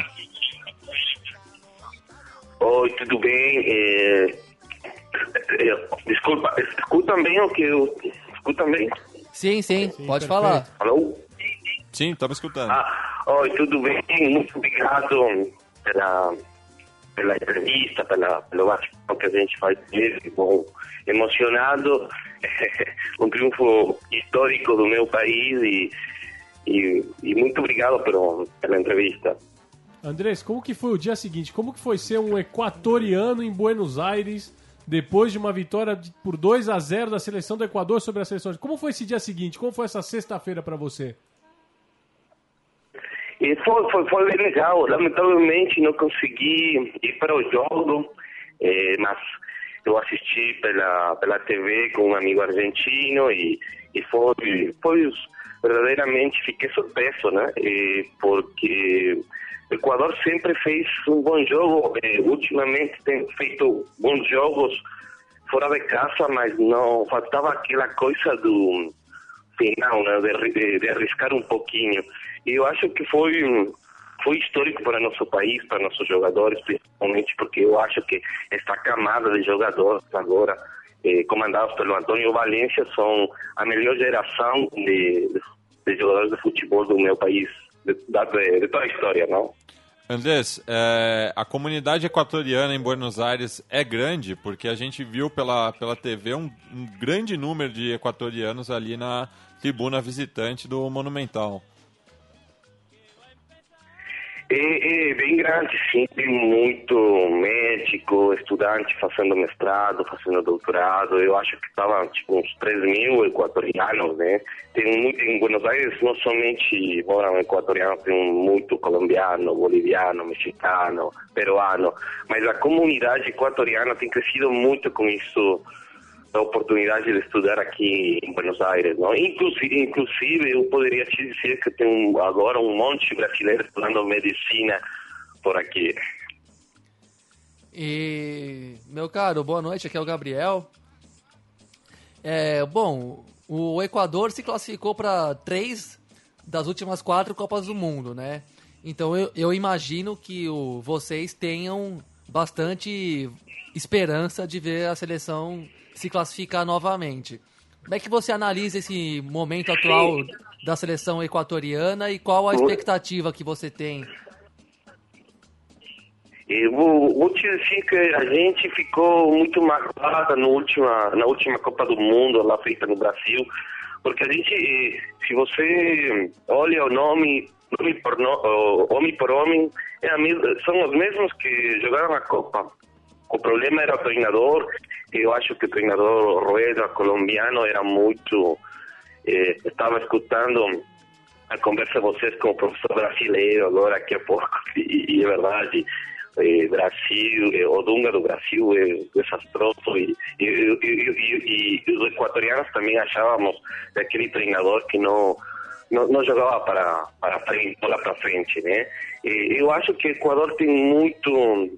Speaker 6: Oi, tudo bem? Desculpa, escutam bem o que eu... Escutam bem?
Speaker 4: Sim, pode
Speaker 3: perfeito.
Speaker 4: falar.
Speaker 6: Alô?
Speaker 2: Sim, estamos escutando.
Speaker 6: Oi, tudo bem? Muito obrigado pela entrevista, pelo bate-papo que a gente faz mesmo. Bom, emocionado, um triunfo histórico do meu país e muito obrigado pela entrevista.
Speaker 3: Andrés, como que foi o dia seguinte? Como que foi ser um equatoriano em Buenos Aires depois de uma vitória por 2-0 da seleção do Equador sobre a seleção? Como foi esse dia seguinte? Como foi essa sexta-feira para você?
Speaker 6: E foi bem legal. Lamentavelmente não consegui ir para o jogo, mas eu assisti pela TV com um amigo argentino e foi verdadeiramente, fiquei surpreso, né? Porque o Equador sempre fez um bom jogo, ultimamente tem feito bons jogos fora de casa, mas não faltava aquela coisa do final, né? De arriscar um pouquinho. E eu acho que foi histórico para nosso país, para nossos jogadores, principalmente porque eu acho que esta camada de jogadores agora, comandados pelo Antônio Valencia, são a melhor geração de jogadores de futebol do meu país, de toda a história, não?
Speaker 2: Andrés, a comunidade equatoriana em Buenos Aires é grande, porque a gente viu pela TV um grande número de equatorianos ali na tribuna visitante do Monumental.
Speaker 6: É bem grande, sim. Tem muito médico, estudante fazendo mestrado, fazendo doutorado. Eu acho que estavam uns 3.000 equatorianos, né? Tem muito, em Buenos Aires não somente moram equatorianos, tem muito colombiano, boliviano, mexicano, peruano. Mas a comunidade equatoriana tem crescido muito com isso, a oportunidade de estudar aqui em Buenos Aires, não? Inclusive eu poderia te dizer que tem agora um monte de brasileiros estudando medicina por aqui.
Speaker 4: E, meu caro, boa noite, aqui é o Gabriel. Bom, o Equador se classificou para 3 das últimas 4 Copas do Mundo, né? Então eu imagino que vocês tenham bastante esperança de ver a seleção se classificar novamente. Como é que você analisa esse momento atual da seleção equatoriana e qual a expectativa que você tem?
Speaker 6: Eu vou te dizer que a gente ficou muito magoada na última Copa do Mundo lá feita no Brasil, porque a gente, se você olha o nome homem por homem, são os mesmos que jogaram a Copa. O problema era o treinador. Eu acho que o treinador Rueda, colombiano, era muito... estava escutando a conversa de vocês com o professor brasileiro agora, daqui a pouco, e é verdade, Brasil, o Dunga do Brasil é desastroso, e os equatorianos também achávamos daquele treinador que não jogava para frente, lá para frente, né? Eu acho que o Equador tem muito...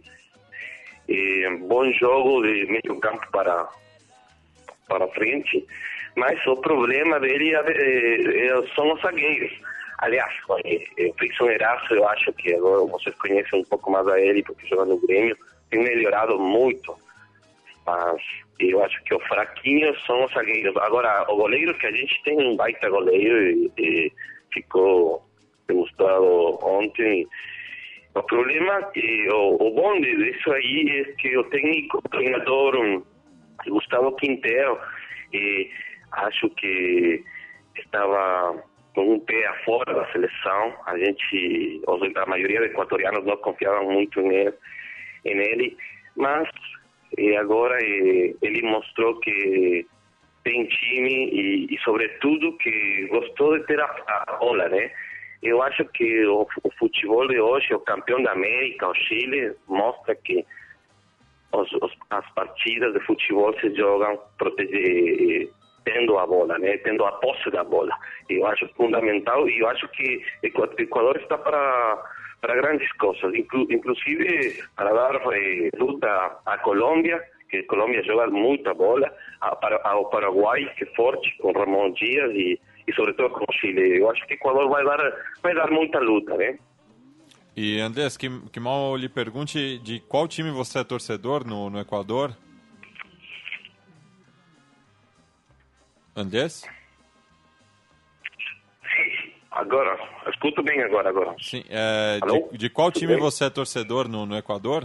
Speaker 6: bom jogo de meio campo para frente, mas o problema dele são os zagueiros. Aliás, o Frickson Eraso, eu acho que agora vocês conhecem um pouco mais a ele, porque joga no Grêmio, tem melhorado muito, mas eu acho que o fraquinho são os zagueiros. Agora, o goleiro, que a gente tem um baita goleiro, e ficou demonstrado ontem. O problema, o bom disso aí é que o treinador Gustavo Quintero, acho que estava com um pé fora da seleção. A maioria dos equatorianos não confiavam muito nele, mas agora ele mostrou que tem time e sobretudo que gostou de ter a bola, né? Eu acho que o futebol de hoje, o campeão da América, o Chile, mostra que as partidas de futebol se jogam tendo a bola, né? Tendo a posse da bola. Eu acho fundamental, e eu acho que o Equador está para grandes cosas, inclusive para dar luta a Colômbia, que Colômbia joga muita bola, ao Paraguai, que é forte, com Ramon Dias, e sobretudo com o Chile. Eu acho que o Equador vai dar muita luta, né?
Speaker 2: E Andrés, que mal lhe pergunte de qual time você é torcedor no Equador? Andrés?
Speaker 6: Agora, escuto bem agora.
Speaker 2: Sim, de qual time você é torcedor no Equador?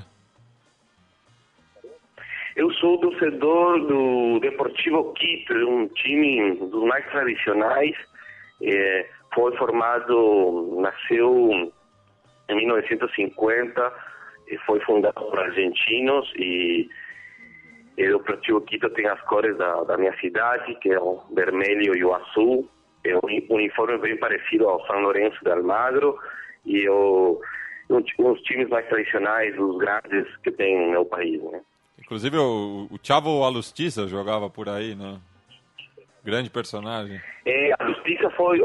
Speaker 6: Eu sou torcedor do Deportivo Quito, um time dos mais tradicionais. Foi formado, nasceu em 1950, foi fundado por argentinos e o Deportivo Quito tem as cores da minha cidade, que é o vermelho e o azul. É um uniforme bem parecido ao São Lourenço de Almagro e os times mais tradicionais, os grandes que tem no meu país, né?
Speaker 2: Inclusive o Chavo Alustiza jogava por aí, né? Grande personagem.
Speaker 6: A Justiça foi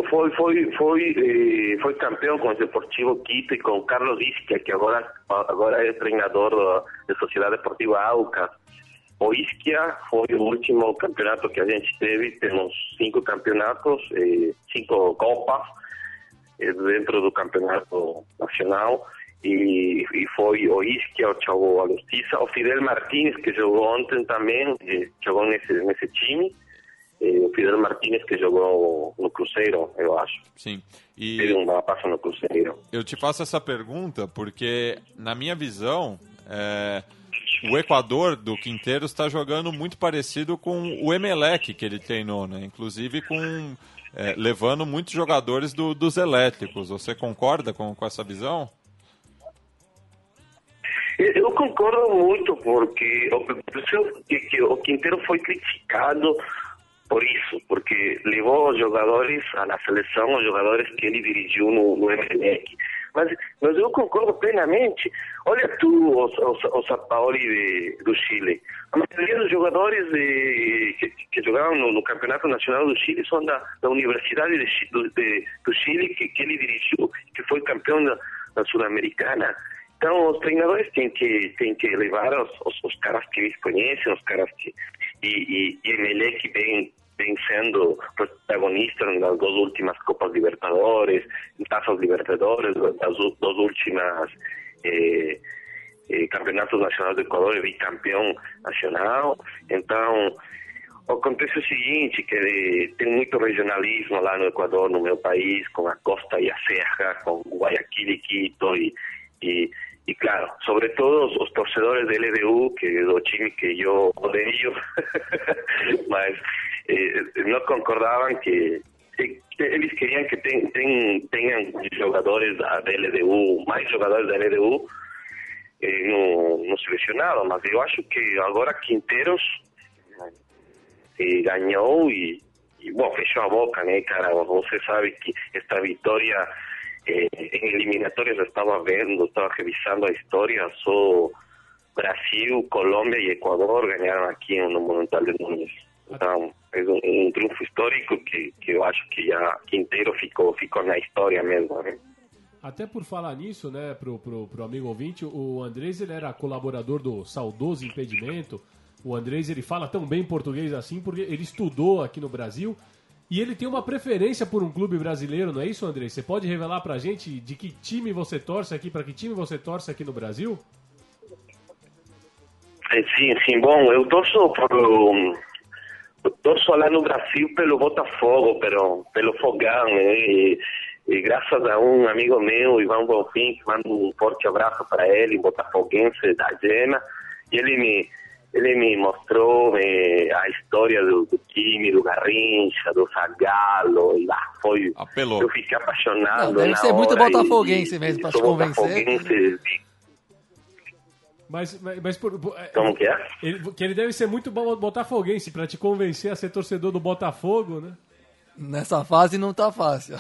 Speaker 6: campeão com o Deportivo Quito e com Carlos Isquia, que agora é treinador da Sociedade Deportiva Aucas. O Isquia foi o último campeonato que a gente teve. Temos 5 campeonatos, 5 copas dentro do campeonato nacional. E foi o Isquia, o Chavo Alustiza, o Fidel Martínez, que jogou ontem também, jogou nesse time. O Fidel Martínez, que jogou no Cruzeiro, eu acho.
Speaker 2: Sim.
Speaker 6: Teve uma passa no Cruzeiro.
Speaker 2: Eu te faço essa pergunta porque, na minha visão, o Equador do Quinteiros está jogando muito parecido com o Emelec que ele treinou, né? Inclusive levando muitos jogadores dos elétricos. Você concorda com essa visão?
Speaker 6: Eu concordo muito, porque o Quinteiro foi criticado por isso, porque levou os jogadores à seleção, os jogadores que ele dirigiu no Emelec. Mas eu concordo plenamente. Olha tu o Sampaoli do Chile. A maioria dos jogadores que jogaram no Campeonato Nacional do Chile são da Universidade do Chile que ele dirigiu, que foi campeão da Sul-Americana. Então, os treinadores têm que levar os caras que eles conhecem, os caras que... E Emelec vem sendo protagonista nas 2 últimas Copas Libertadores, Taças Libertadores, das 2 últimas Campeonatos Nacionais do Equador, bicampeão nacional. Então, acontece o seguinte, que tem muito regionalismo lá no Equador, no meu país, com a Costa e a Serra, com Guayaquil e Quito e claro, sobretudo os torcedores da LDU, que é o time que eu odeio, mas não concordavam que eles queriam que tenham jogadores da LDU, mais jogadores da LDU no selecionado, mas eu acho que agora Quinteiros ganhou e bom, fechou a boca, né, cara? Você sabe que esta vitória em eliminatórias eu estava revisando a história, só Brasil, Colômbia e Equador ganharam aqui no Monumental de Núñez. Então, é um triunfo histórico que eu acho que já Quinteiro ficou na história mesmo, né?
Speaker 3: Até por falar nisso, né, pro amigo ouvinte, o Andrés, ele era colaborador do Saudoso Impedimento. O Andrés, ele fala tão bem português assim porque ele estudou aqui no Brasil. E ele tem uma preferência por um clube brasileiro, não é isso, André? Você pode revelar pra gente de que time você torce aqui, pra que time você torce aqui no Brasil?
Speaker 6: Sim. Bom, eu torço lá no Brasil pelo Botafogo, pelo Fogão, né? E graças a um amigo meu, Ivan Bonfim, que manda um forte abraço para ele, botafoguense da Gema, e ele me mostrou a história do time, do Garrincha, do Zagallo, e lá foi...
Speaker 2: Apelou.
Speaker 6: Eu fiquei apaixonado.
Speaker 4: Deve ser muito botafoguense mesmo, para te convencer.
Speaker 3: Mas
Speaker 6: Como que é?
Speaker 3: Ele deve ser muito botafoguense para te convencer a ser torcedor do Botafogo, né?
Speaker 4: Nessa fase não tá fácil.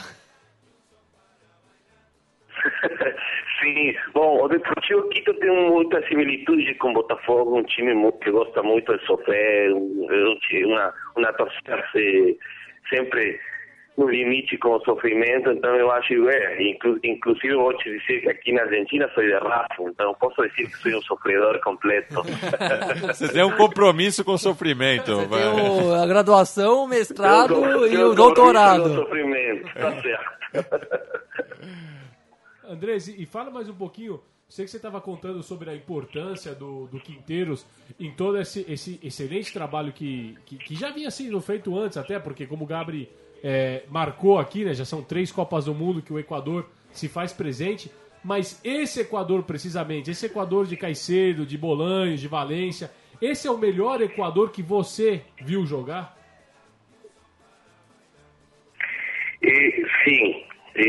Speaker 6: Sim, bom, o Deportivo Quito tem muita similitude com o Botafogo, um time que gosta muito de sofrer, uma torcida sempre no limite com o sofrimento, então eu acho, inclusive vou te dizer que aqui na Argentina sou de Racing, então posso dizer que sou um sofredor completo.
Speaker 2: Você tem um compromisso com o sofrimento.
Speaker 4: Você tem a graduação, o mestrado e o doutorado.
Speaker 6: Sofrimento, tá certo.
Speaker 3: Andrés, e fala mais um pouquinho. Sei que você estava contando sobre a importância do Quinteiros em todo esse excelente trabalho que já vinha sendo feito antes, até porque, como o Gabri marcou aqui, né, já são 3 Copas do Mundo que o Equador se faz presente, mas esse Equador, precisamente, esse Equador de Caicedo, de Bolanhos, de Valência, esse é o melhor Equador que você viu jogar?
Speaker 6: Sim.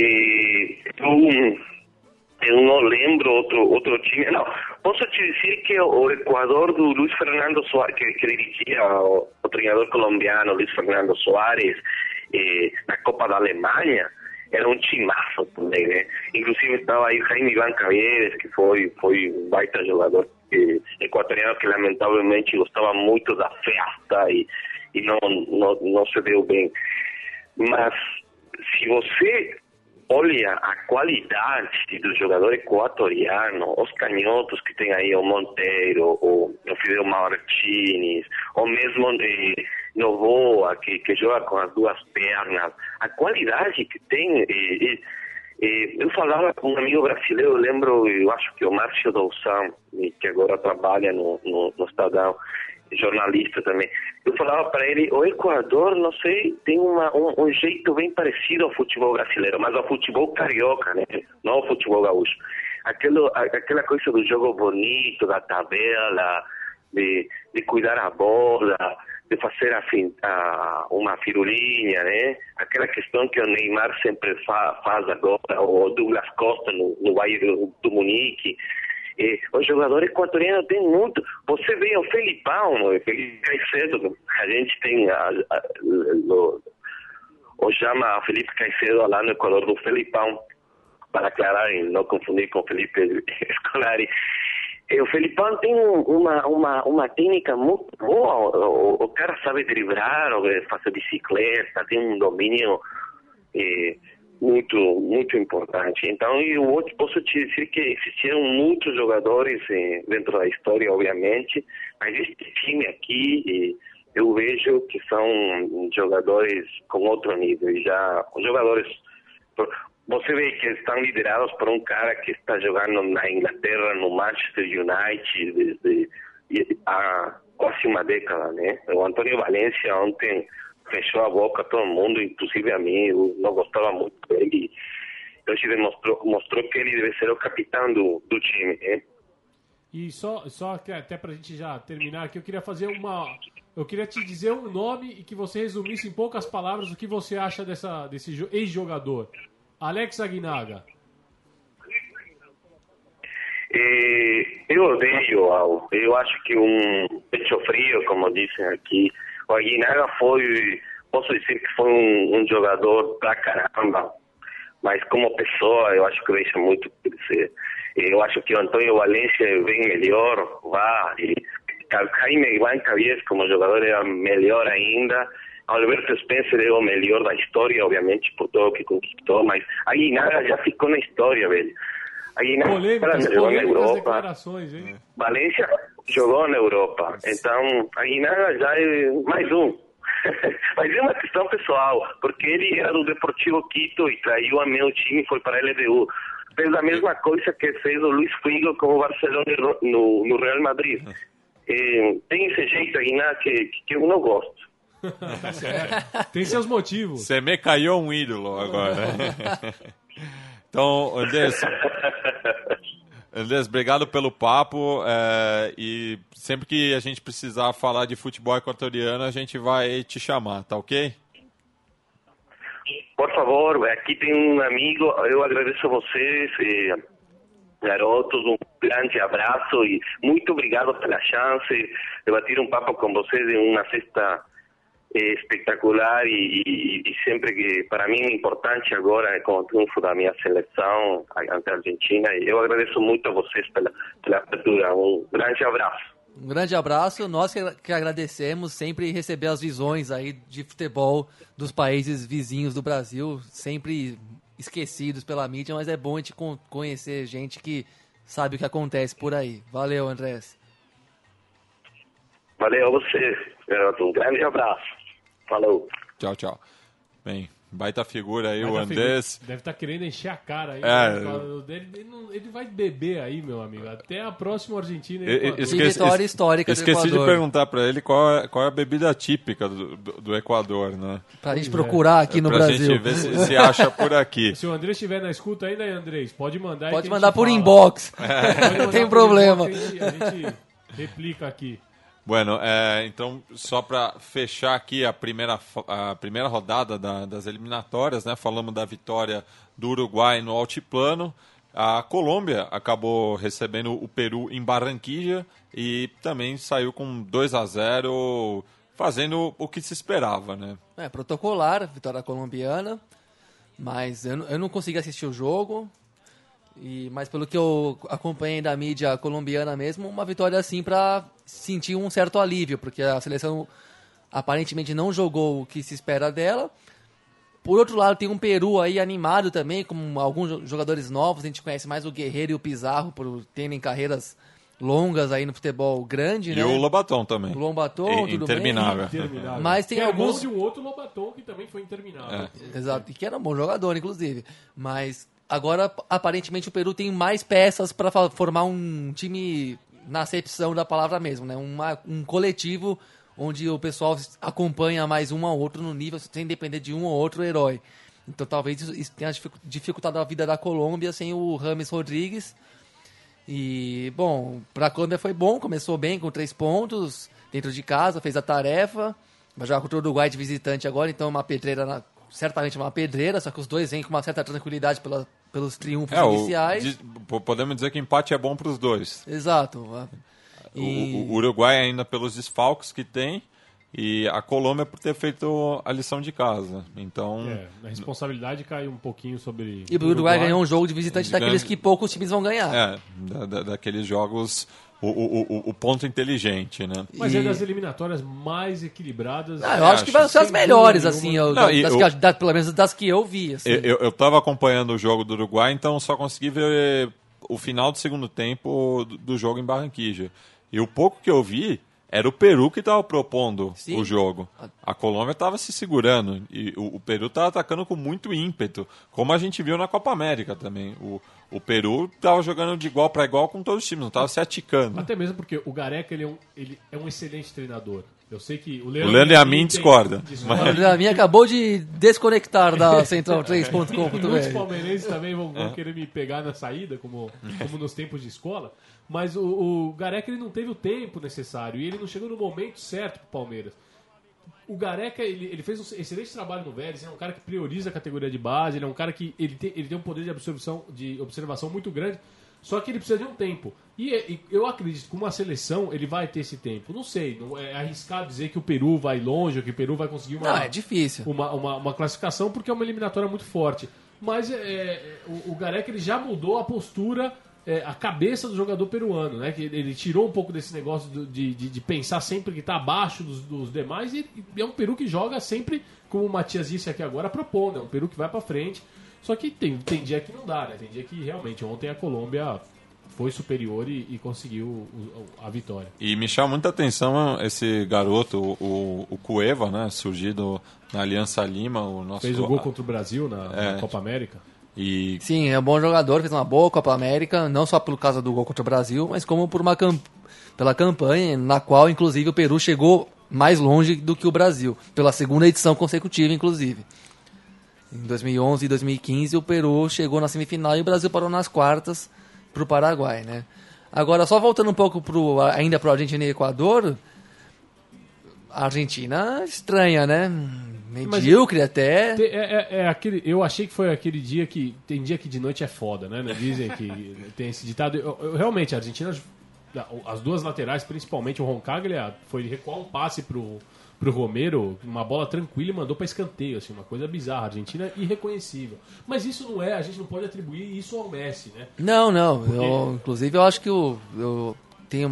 Speaker 6: Eu não lembro outro time. Não, posso te dizer que o Equador do Luis Fernando Soares, que dirigia o treinador colombiano Luis Fernando Soares na Copa da Alemanha, era um timaço também, né? Inclusive estava aí Jaime Iván Cavieres, que foi um baita jogador equatoriano que lamentavelmente gostava muito da festa e não se deu bem. Mas se você olha a qualidade do jogador equatoriano, os canhotos que tem aí, o Monteiro, o Fidel Martínez, ou mesmo Novoa, que joga com as 2 pernas, a qualidade que tem. Eu falava com um amigo brasileiro, eu acho que o Márcio Douzan, que agora trabalha no Estadão, jornalista também. Eu falava para ele, o Equador, não sei, tem um jeito bem parecido ao futebol brasileiro, mas ao futebol carioca, né? Não ao futebol gaúcho. Aquela coisa do jogo bonito, da tabela, de cuidar a bola, de fazer uma firulinha, né? Aquela questão que o Neymar sempre faz agora, ou o Douglas Costa no Bayern do Munique. O jogador equatoriano tem muito. Você vê o Felipão, o Felipe Caicedo, a gente tem o chama Felipe Caicedo lá no Equador do Felipão, para aclarar e não confundir com o Felipe Scolari. O Felipão tem uma técnica muito boa, o cara sabe driblar, fazer bicicleta, tem um domínio muito importante. Então, eu posso te dizer que existiram muitos jogadores dentro da história, obviamente, mas este time aqui, eu vejo que são jogadores com outro nível. Já os jogadores, você vê que estão liderados por um cara que está jogando na Inglaterra, no Manchester United, desde há quase uma década, né? O Antônio Valência ontem fechou a boca a todo mundo, inclusive a mim, eu não gostava muito dele. Hoje ele mostrou que ele deve ser o capitão do time, né?
Speaker 3: E só que até pra gente já terminar aqui, eu queria te dizer um nome e que você resumisse em poucas palavras o que você acha desse ex-jogador. Alex Aguinaga. Eu odeio, eu acho que um pecho frio, como dizem aqui. O Aguinaga posso dizer que foi um jogador pra caramba, mas como pessoa eu acho que deixa muito a dizer. Eu acho que o Antônio Valência é bem melhor, e Jaime Iván Cavieres como jogador era melhor ainda. Alberto Spencer é o melhor da história, obviamente, por tudo que conquistou, mas Aguinaga já ficou na história, velho. Polêmicas
Speaker 6: jogou na Europa.
Speaker 3: Declarações, hein?
Speaker 6: Valência jogou na Europa. Então, Aguinaga já é mais um. Mas é uma questão pessoal, porque ele era do Deportivo Quito e traiu a meu time e foi para a LDU. Fez a mesma coisa que fez o Luis Figo com o Barcelona no Real Madrid. Tem esse jeito, Aguinaga, que eu não gosto.
Speaker 3: Tá certo. Tem seus motivos.
Speaker 2: Você me caiu um ídolo agora. Então, Andrés, obrigado pelo papo, e sempre que a gente precisar falar de futebol equatoriano, a gente vai te chamar, tá ok?
Speaker 6: Por favor, aqui tem um amigo, eu agradeço a vocês, garotos, um grande abraço e muito obrigado pela chance de bater um papo com vocês em uma festa espetacular e sempre que para mim é importante agora com o triunfo da minha seleção ante a Argentina. Eu agradeço muito a vocês pela abertura. Um grande abraço.
Speaker 4: Um grande abraço. Nós que agradecemos sempre receber as visões aí de futebol dos países vizinhos do Brasil, sempre esquecidos pela mídia, mas é bom a gente conhecer gente que sabe o que acontece por aí. Valeu, Andrés.
Speaker 6: Valeu a você, Renato. Um grande abraço. Falou.
Speaker 2: Tchau, tchau. Bem, baita figura aí, o
Speaker 3: Baita
Speaker 2: Andrés.
Speaker 3: figura. Deve estar querendo encher a cara aí.
Speaker 2: É.
Speaker 3: Ele vai beber aí, meu amigo. Até a próxima Argentina.
Speaker 4: Vitória histórica do
Speaker 2: Esqueci de
Speaker 4: Equador.
Speaker 2: perguntar pra ele qual é a bebida típica do Equador, né?
Speaker 4: Pra gente procurar aqui no
Speaker 2: pra
Speaker 4: Brasil.
Speaker 2: gente ver se acha por aqui.
Speaker 3: Se o Andrés estiver na escuta ainda, Andrés, pode mandar. aí
Speaker 4: Pode
Speaker 3: que a
Speaker 4: mandar
Speaker 3: gente
Speaker 4: por
Speaker 3: fala.
Speaker 4: inbox.
Speaker 3: Pode mandar
Speaker 4: Não tem
Speaker 3: por
Speaker 4: problema.
Speaker 3: inbox, a gente replica aqui.
Speaker 2: Bueno, então, só para fechar aqui a primeira rodada das eliminatórias, né? Falamos da vitória do Uruguai no altiplano. A Colômbia acabou recebendo o Peru em Barranquilla e também saiu com 2-0, fazendo o que se esperava, né?
Speaker 4: Protocolar, vitória colombiana, mas eu não consegui assistir o jogo. Mas pelo que eu acompanhei da mídia colombiana mesmo, uma vitória assim para sentir um certo alívio, porque a seleção aparentemente não jogou o que se espera dela. Por outro lado, tem um Peru aí animado também, com alguns jogadores novos. A gente conhece mais o Guerreiro e o Pizarro, por terem carreiras longas aí no futebol grande, né?
Speaker 2: E o Lobaton também.
Speaker 4: O Lobaton, tudo
Speaker 2: interminável.
Speaker 3: Interminável.
Speaker 4: Mas tem
Speaker 3: que
Speaker 4: alguns...
Speaker 3: é irmão de um outro Lobaton que também foi interminável.
Speaker 4: Exato, e que era um bom jogador, inclusive. Mas agora, aparentemente, o Peru tem mais peças para formar um time na acepção da palavra mesmo, né? Um coletivo onde o pessoal acompanha mais um ao outro no nível, sem depender de um ou outro herói. Então talvez isso tenha dificultado a vida da Colômbia sem o James Rodrigues. E, bom, para a Colômbia foi bom, começou bem com 3 pontos, dentro de casa, fez a tarefa. Vai jogar contra o Uruguai de visitante agora, então uma pedreira, certamente uma pedreira, só que os dois vêm com uma certa tranquilidade pelos triunfos iniciais.
Speaker 2: Podemos dizer que empate é bom para os dois.
Speaker 4: Exato.
Speaker 2: O Uruguai ainda pelos desfalques que tem e a Colômbia por ter feito a lição de casa. Então,
Speaker 3: a responsabilidade cai um pouquinho sobre...
Speaker 4: E o Uruguai ganhou um jogo de visitante daqueles que poucos times vão ganhar.
Speaker 2: Daqueles jogos, o ponto inteligente, né?
Speaker 3: Mas é das eliminatórias mais equilibradas.
Speaker 4: Eu acho que vai ser as melhores, assim, pelo menos das que eu vi. Assim.
Speaker 2: Eu estava acompanhando o jogo do Uruguai, então só consegui ver o final do segundo tempo do jogo em Barranquilla. E o pouco que eu vi era o Peru que estava propondo o jogo. A Colômbia estava se segurando e o Peru estava atacando com muito ímpeto, como a gente viu na Copa América também. O Peru estava jogando de igual para igual com todos os times, não estava se aticando.
Speaker 3: Até mesmo porque o Gareca ele é um excelente treinador. Eu sei que o
Speaker 2: Leandro Yamin discorda.
Speaker 4: O Leandro Yamin acabou de desconectar da central3.com.br.
Speaker 3: Muitos palmeirenses também vão querer me pegar na saída, como nos tempos de escola. Mas o Gareca ele não teve o tempo necessário e ele não chegou no momento certo para o Palmeiras. O Gareca ele fez um excelente trabalho no Vélez, ele é um cara que prioriza a categoria de base, ele é um cara que ele tem um poder de observação muito grande, só que ele precisa de um tempo. E eu acredito que com uma seleção ele vai ter esse tempo. Não sei, não é arriscado dizer que o Peru vai longe, ou que o Peru vai conseguir
Speaker 4: é difícil.
Speaker 3: Uma classificação, porque é uma eliminatória muito forte. Mas o Gareca ele já mudou a postura, a cabeça do jogador peruano, né? Que ele tirou um pouco desse negócio de pensar sempre que está abaixo dos demais e é um Peru que joga sempre, como o Matias disse aqui agora, propondo. É um Peru que vai para frente. Só que tem dia que não dá, né? Tem dia que realmente ontem a Colômbia foi superior e conseguiu a vitória. E
Speaker 2: me chama muita atenção esse garoto, o Cueva, né? Surgido na Aliança Lima.
Speaker 3: Fez o gol contra o Brasil na Copa América.
Speaker 4: Sim, é um bom jogador, fez uma boa Copa América, não só pelo causa do gol contra o Brasil, mas como pela campanha, na qual, inclusive, o Peru chegou mais longe do que o Brasil, pela segunda edição consecutiva, inclusive. Em 2011 e 2015, o Peru chegou na semifinal e o Brasil parou nas quartas para o Paraguai, né? Agora, só voltando um pouco ainda para a Argentina e Equador, a Argentina estranha, né? Medíocre até.
Speaker 3: Eu achei que foi aquele dia que... Tem dia que de noite é foda, né? Dizem que tem esse ditado. Realmente, a Argentina, as duas laterais, principalmente o Roncaglia, foi recuar um passe pro Romero, uma bola tranquila e mandou para escanteio, assim, uma coisa bizarra. A Argentina é irreconhecível. Mas isso não a gente não pode atribuir isso ao Messi, né?
Speaker 4: Não. Inclusive, eu acho que eu tenho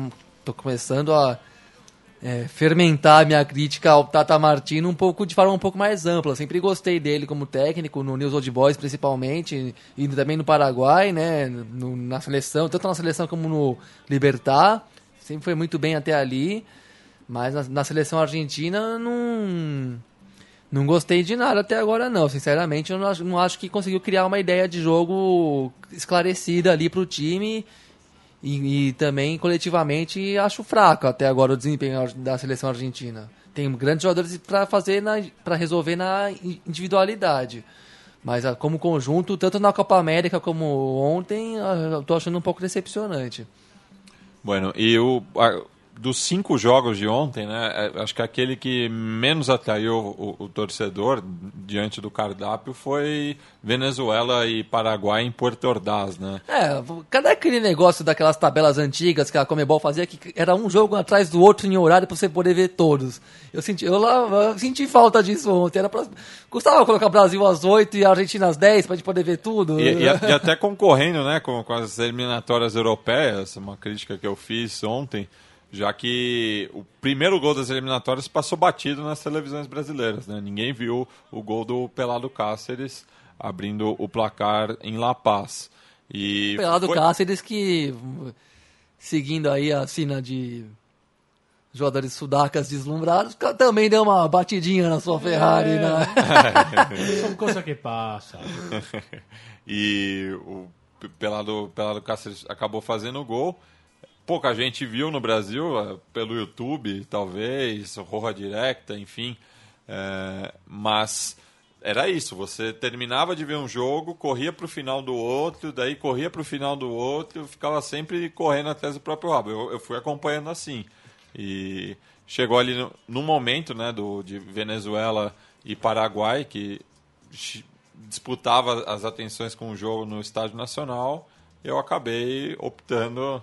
Speaker 4: tô começando a fermentar minha crítica ao Tata Martino de forma um pouco mais ampla. Eu sempre gostei dele como técnico, no News Old Boys principalmente, e também no Paraguai, né, na seleção, tanto na seleção como no Libertad. Sempre foi muito bem até ali, mas na seleção argentina não gostei de nada até agora não. Sinceramente, eu não acho que conseguiu criar uma ideia de jogo esclarecida ali pro time. E também, coletivamente, acho fraco até agora o desempenho da seleção argentina. Tem grandes jogadores para resolver na individualidade. Mas como conjunto, tanto na Copa América como ontem, eu tô achando um pouco decepcionante.
Speaker 2: Bueno, e dos 5 jogos de ontem, né, acho que aquele que menos atraiu o torcedor diante do cardápio foi Venezuela e Paraguai em Puerto Ordaz, né?
Speaker 4: Cadê aquele negócio daquelas tabelas antigas que a Conmebol fazia, que era um jogo atrás do outro em horário para você poder ver todos? Eu senti falta disso ontem. Custava colocar o Brasil às 8 e a Argentina às 10 para a gente poder ver tudo.
Speaker 2: E até concorrendo, né, com as eliminatórias europeias, uma crítica que eu fiz ontem, já que o primeiro gol das eliminatórias passou batido nas televisões brasileiras, né? Ninguém viu o gol do Pelado Cáceres abrindo o placar em La Paz. E
Speaker 4: Pelado Cáceres que, seguindo aí a sina de jogadores sudacas deslumbrados, também deu uma batidinha na sua Ferrari, né?
Speaker 3: São coisas que passam.
Speaker 2: E o Pelado Cáceres acabou fazendo o gol. Pouca gente viu no Brasil, pelo YouTube, talvez, Roja Directa, enfim. Mas era isso, você terminava de ver um jogo, corria para o final do outro, daí corria para o final do outro, ficava sempre correndo atrás do próprio rabo. Eu fui acompanhando assim. E chegou ali no momento, né, de Venezuela e Paraguai, que disputava as atenções com o jogo no Estádio Nacional, eu acabei optando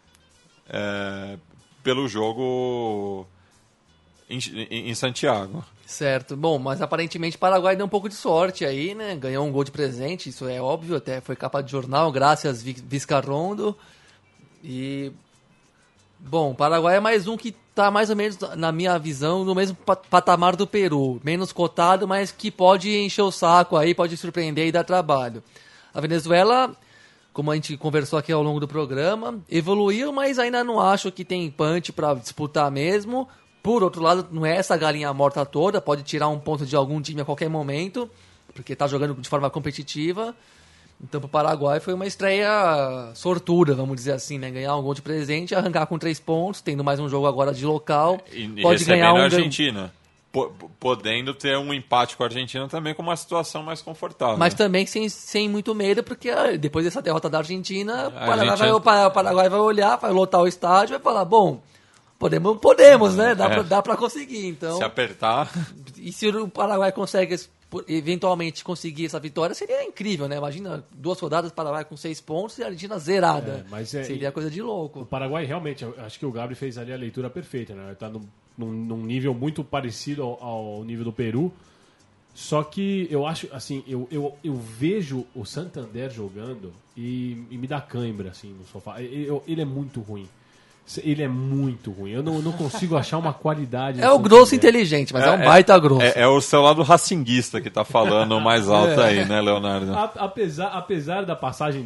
Speaker 2: pelo jogo em Santiago.
Speaker 4: Certo. Bom, mas aparentemente o Paraguai deu um pouco de sorte aí, né? Ganhou um gol de presente, isso é óbvio, até foi capa de jornal, graças Vizcarrondo. E bom, o Paraguai é mais um que está mais ou menos, na minha visão, no mesmo patamar do Peru. Menos cotado, mas que pode encher o saco aí, pode surpreender e dar trabalho. A Venezuela, como a gente conversou aqui ao longo do programa, evoluiu, mas ainda não acho que tem punch para disputar mesmo. Por outro lado, não é essa galinha morta toda, pode tirar um ponto de algum time a qualquer momento, porque está jogando de forma competitiva. Então, para o Paraguai foi uma estreia sortuda, vamos dizer assim, né? Ganhar um gol de presente, arrancar com 3 pontos, tendo mais um jogo agora de local.
Speaker 2: E
Speaker 4: pode ganhar
Speaker 2: a Argentina, podendo ter um empate com a Argentina também com uma situação mais confortável.
Speaker 4: Mas também sem muito medo, porque depois dessa derrota da Argentina, o Paraguai vai olhar, vai lotar o estádio e vai falar, bom, podemos, né? Dá para conseguir. Então,
Speaker 2: se apertar.
Speaker 4: E se o Paraguai consegue eventualmente conseguir essa vitória, seria incrível, né? Imagina 2 rodadas, Paraguai com 6 pontos e a Argentina zerada. Seria coisa de louco.
Speaker 3: O Paraguai realmente, acho que o Gabriel fez ali a leitura perfeita, né? Tá num nível muito parecido ao nível do Peru. Só que eu acho, assim, eu vejo o Santander jogando e me dá cãibra, assim, no sofá. Ele é muito ruim. Ele é muito ruim. Eu não consigo achar uma qualidade.
Speaker 4: É o grosso inteligente, mas é um baita grosso.
Speaker 2: É o seu lado racinguista que tá falando mais alto aí, né, Leonardo?
Speaker 3: Apesar da passagem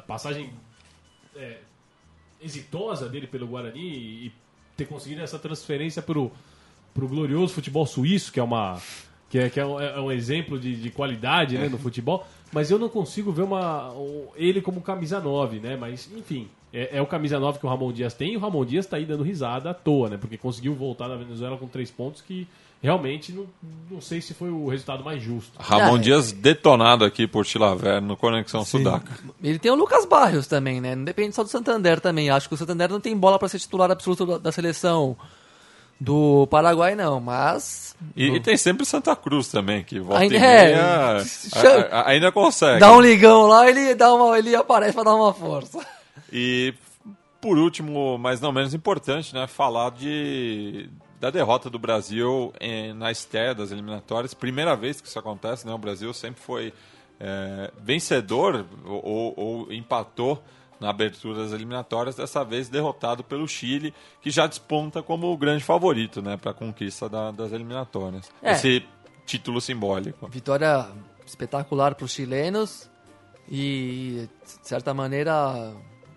Speaker 3: exitosa dele pelo Guarani e ter conseguido essa transferência pro glorioso futebol suíço, que é um exemplo de qualidade, né, no futebol, mas eu não consigo ver ele como camisa 9, né? Mas, enfim, é o camisa 9 que o Ramon Dias tem, e o Ramon Dias tá aí dando risada à toa, né? Porque conseguiu voltar da Venezuela com 3 pontos que realmente não sei se foi o resultado mais justo.
Speaker 2: Ramon Dias detonado aqui por Chilaver no Conexão Sudaca.
Speaker 4: Ele tem o Lucas Barrios também, né? Não depende só do Santander também. Acho que o Santander não tem bola para ser titular absoluto da seleção do Paraguai, não, mas...
Speaker 2: E tem sempre o Santa Cruz também, que volta
Speaker 4: ainda,
Speaker 2: e meia, ainda consegue.
Speaker 4: Dá um ligão lá, ele aparece para dar uma força.
Speaker 2: E, por último, mas não menos importante, né, falar da derrota do Brasil na estreia das eliminatórias. Primeira vez que isso acontece, né? O Brasil sempre foi vencedor ou empatou na abertura das eliminatórias, dessa vez derrotado pelo Chile, que já desponta como o grande favorito, né, para a conquista das eliminatórias. Esse título simbólico.
Speaker 4: Vitória espetacular para os chilenos e, de certa maneira,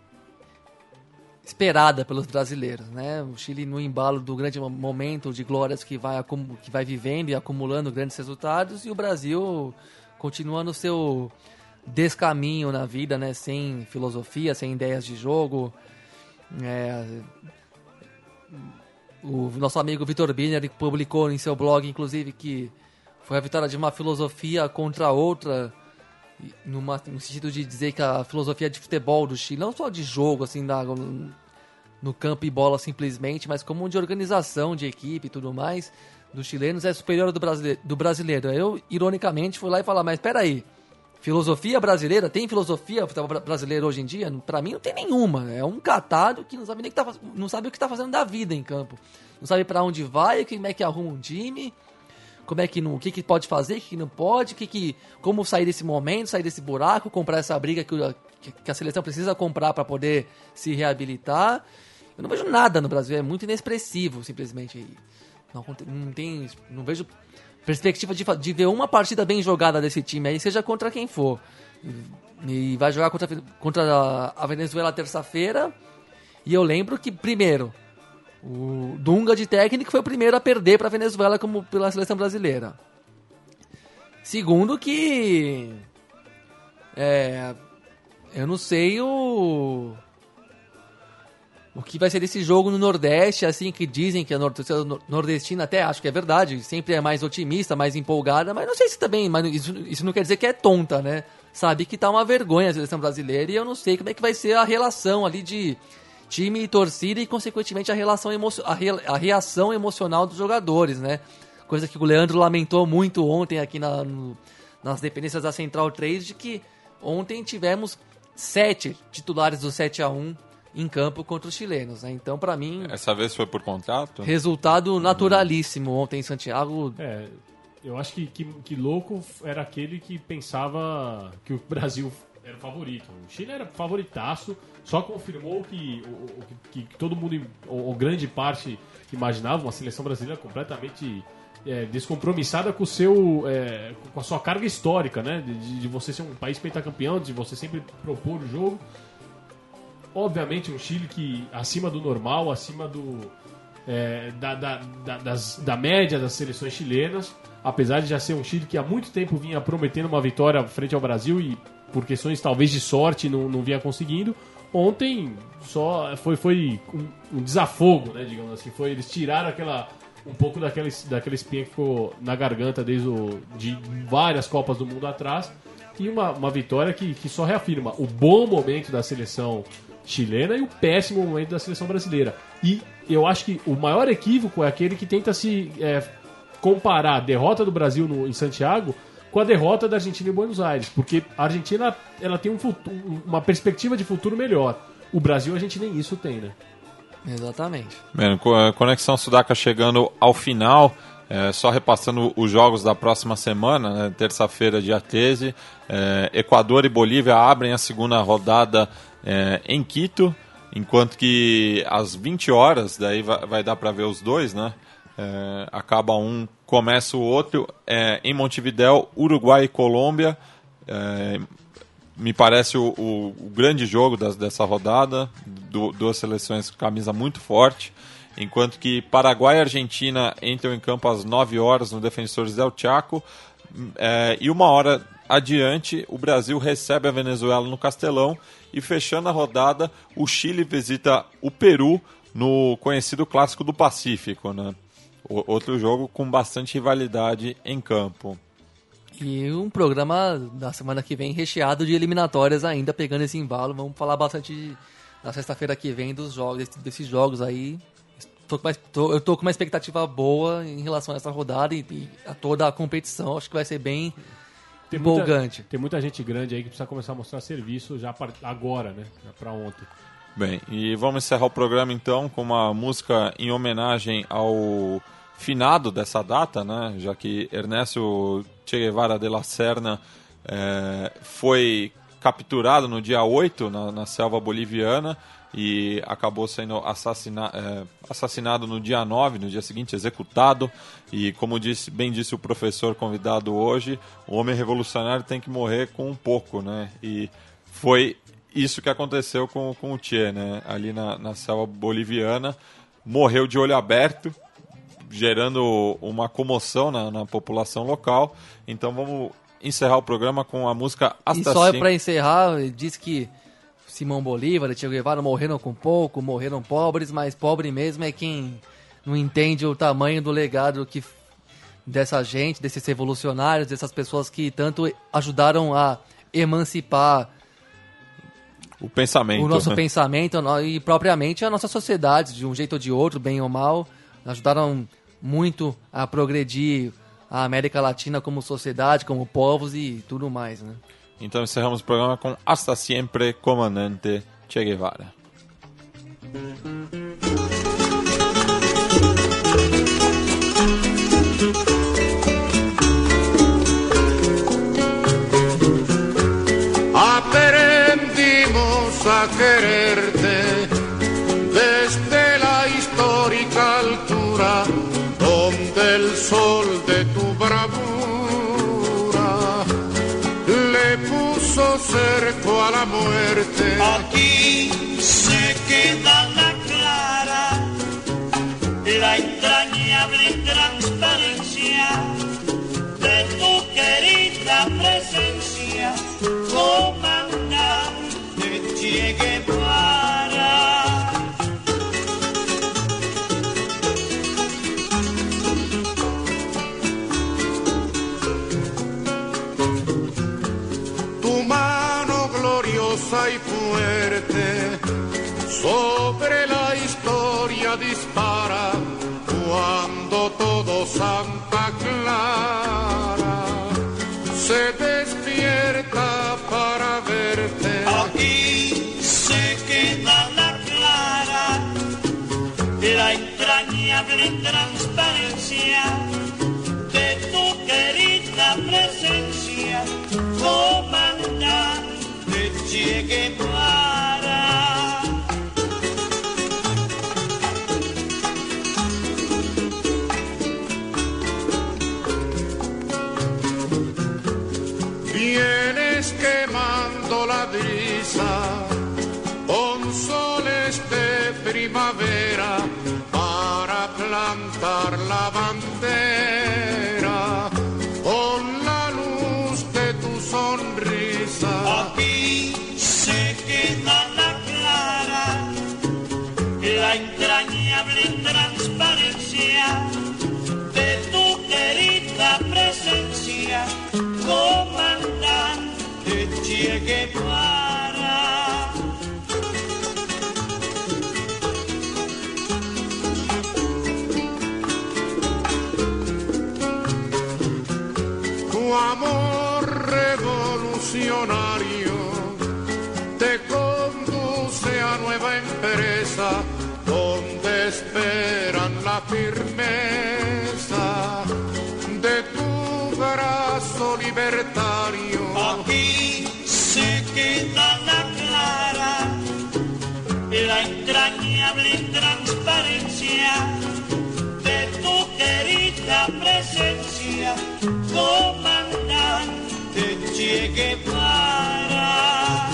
Speaker 4: esperada pelos brasileiros, né? O Chile no embalo do grande momento de glórias que vai vivendo e acumulando grandes resultados, e o Brasil continua no seu descaminho na vida, né? Sem filosofia, sem ideias de jogo. O nosso amigo Vitor Biner publicou em seu blog, inclusive, que foi a vitória de uma filosofia contra outra, no sentido de dizer que a filosofia de futebol do Chile, não só de jogo, assim, no campo e bola simplesmente, mas como de organização de equipe e tudo mais, dos chilenos, é superior do brasileiro. Eu, ironicamente, fui lá e falei, mas espera aí, filosofia brasileira? Tem filosofia futebol brasileiro hoje em dia? Pra mim não tem nenhuma. É um catado que não sabe nem não sabe o que tá fazendo da vida em campo. Não sabe pra onde vai, como é que arruma um time, o que pode fazer, o que não pode, como sair desse momento, sair desse buraco, comprar essa briga que a seleção precisa comprar para poder se reabilitar. Eu não vejo nada no Brasil, é muito inexpressivo, simplesmente. Não vejo perspectiva de ver uma partida bem jogada desse time aí, seja contra quem for. E vai jogar contra a Venezuela terça-feira. E eu lembro que, primeiro, o Dunga de técnico foi o primeiro a perder para a Venezuela pela seleção brasileira. Segundo que eu não sei o que vai ser desse jogo no Nordeste, assim, que dizem que a torcida nordestina, até acho que é verdade, sempre é mais otimista, mais empolgada, mas não sei se também, mas isso não quer dizer que é tonta, né? Sabe que tá uma vergonha a seleção brasileira e eu não sei como é que vai ser a relação ali de time e torcida e, consequentemente, a reação emocional dos jogadores, né? Coisa que o Leandro lamentou muito ontem aqui nas dependências da Central 3, de que ontem tivemos 7 titulares do 7-1 em campo contra os chilenos, né? Então, para mim...
Speaker 2: Essa vez foi por contrato?
Speaker 4: Resultado naturalíssimo ontem em Santiago.
Speaker 3: Eu acho que louco era aquele que pensava que o Brasil era o favorito. O Chile era favoritaço, só confirmou que todo mundo, ou grande parte, imaginava uma seleção brasileira completamente descompromissada com com a sua carga histórica, né? De você ser um país pentacampeão, de você sempre propor o jogo. Obviamente um Chile que acima do normal, acima da média das seleções chilenas, apesar de já ser um Chile que há muito tempo vinha prometendo uma vitória frente ao Brasil e por questões talvez de sorte não vinha conseguindo. Ontem só foi um desafogo, né, digamos assim. Eles tiraram um pouco daquela espinha que ficou na garganta de várias Copas do Mundo atrás, e uma vitória que só reafirma o bom momento da seleção chilena e o péssimo momento da seleção brasileira. E eu acho que o maior equívoco é aquele que tenta se comparar a derrota do Brasil em Santiago com a derrota da Argentina em Buenos Aires, porque a Argentina ela tem uma perspectiva de futuro melhor. O Brasil, a gente nem isso tem, né?
Speaker 4: Exatamente.
Speaker 2: Bem, Conexão Sudaca chegando ao final, só repassando os jogos da próxima semana, né, terça-feira, dia 13, Equador e Bolívia abrem a segunda rodada em Quito, enquanto que às 20 horas, daí vai dar para ver os dois, né? Acaba um, começa o outro, em Montevidéu, Uruguai e Colômbia. Me parece o grande jogo dessa rodada, duas seleções com camisa muito forte, enquanto que Paraguai e Argentina entram em campo às 9 horas no Defensores del Chaco, e 1 hora adiante o Brasil recebe a Venezuela no Castelão, e fechando a rodada o Chile visita o Peru no conhecido Clássico do Pacífico, né? Outro jogo com bastante rivalidade em campo.
Speaker 4: E um programa da semana que vem recheado de eliminatórias ainda, pegando esse embalo. Vamos falar bastante na sexta-feira que vem desses jogos aí. Eu tô com uma expectativa boa em relação a essa rodada e a toda a competição. Acho que vai ser bem empolgante.
Speaker 3: Tem muita gente grande aí que precisa começar a mostrar serviço já agora, né? Já pra ontem.
Speaker 2: Bem, e vamos encerrar o programa então com uma música em homenagem ao finado dessa data, né? Já que Ernesto Che Guevara de la Serna foi capturado no dia 8 na selva boliviana e acabou sendo assassinado no dia 9, no dia seguinte executado. E como bem disse o professor convidado hoje, o homem revolucionário tem que morrer com um pouco, né? E foi isso que aconteceu com o Che, né? Ali na selva boliviana, morreu de olho aberto, gerando uma comoção na população local. Então vamos encerrar o programa com a música Hasta
Speaker 4: E só
Speaker 2: Siempre.
Speaker 4: para encerrar, ele disse que Simão Bolívar e Che Guevara morreram com pouco, morreram pobres, mas pobre mesmo é quem não entende o tamanho do legado dessa gente, desses revolucionários, dessas pessoas que tanto ajudaram a emancipar
Speaker 2: O pensamento.
Speaker 4: o nosso pensamento e propriamente a nossa sociedade, de um jeito ou de outro, bem ou mal, ajudaram muito a progredir a América Latina como sociedade, como povos e tudo mais, né?
Speaker 2: Então encerramos o programa com Hasta Siempre, Comandante Che Guevara.
Speaker 7: Aprendimos a quererte desde la histórica altura donde el sol de tu bravura le puso cerco a la muerte.
Speaker 8: Aquí se queda la clara, la entrañable transparencia de tu querida presencia, comandante Che Guevara.
Speaker 7: Tu mano gloriosa y fuerte sobre la historia dispara cuando todo Santa Clara se despierta para verte.
Speaker 8: Aquí se queda la clara, la entrañable transparencia de tu querida presencia, comandante Che Guevara.
Speaker 7: Vienes quemando la brisa con soles de primavera para plantar la bandera con la luz de tu sonrisa.
Speaker 8: Aquí se queda la clara, la entrañable transparencia de tu querida presencia, comandante Che Guevara.
Speaker 7: Tu amor revolucionario te conduce a nueva empresa donde esperan la firmeza de tu brazo libertario.
Speaker 8: Aquí se queda la clara, la entrañable transparencia de tu querida presencia, comandante Che Guevara.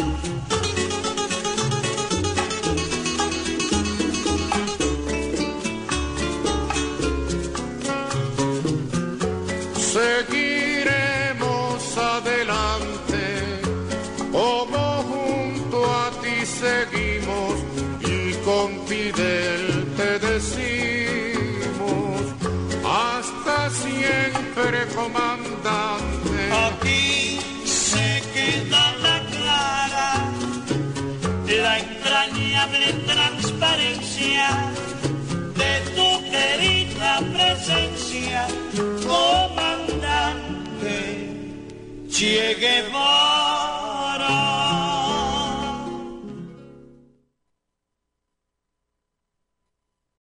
Speaker 7: Seguiremos adelante, como junto a ti seguimos y con Fidel te decimos, hasta siempre, comandante.
Speaker 8: Aquí se queda la clara, la entrañable transparencia de tu querida presencia, comandante Che Guevara.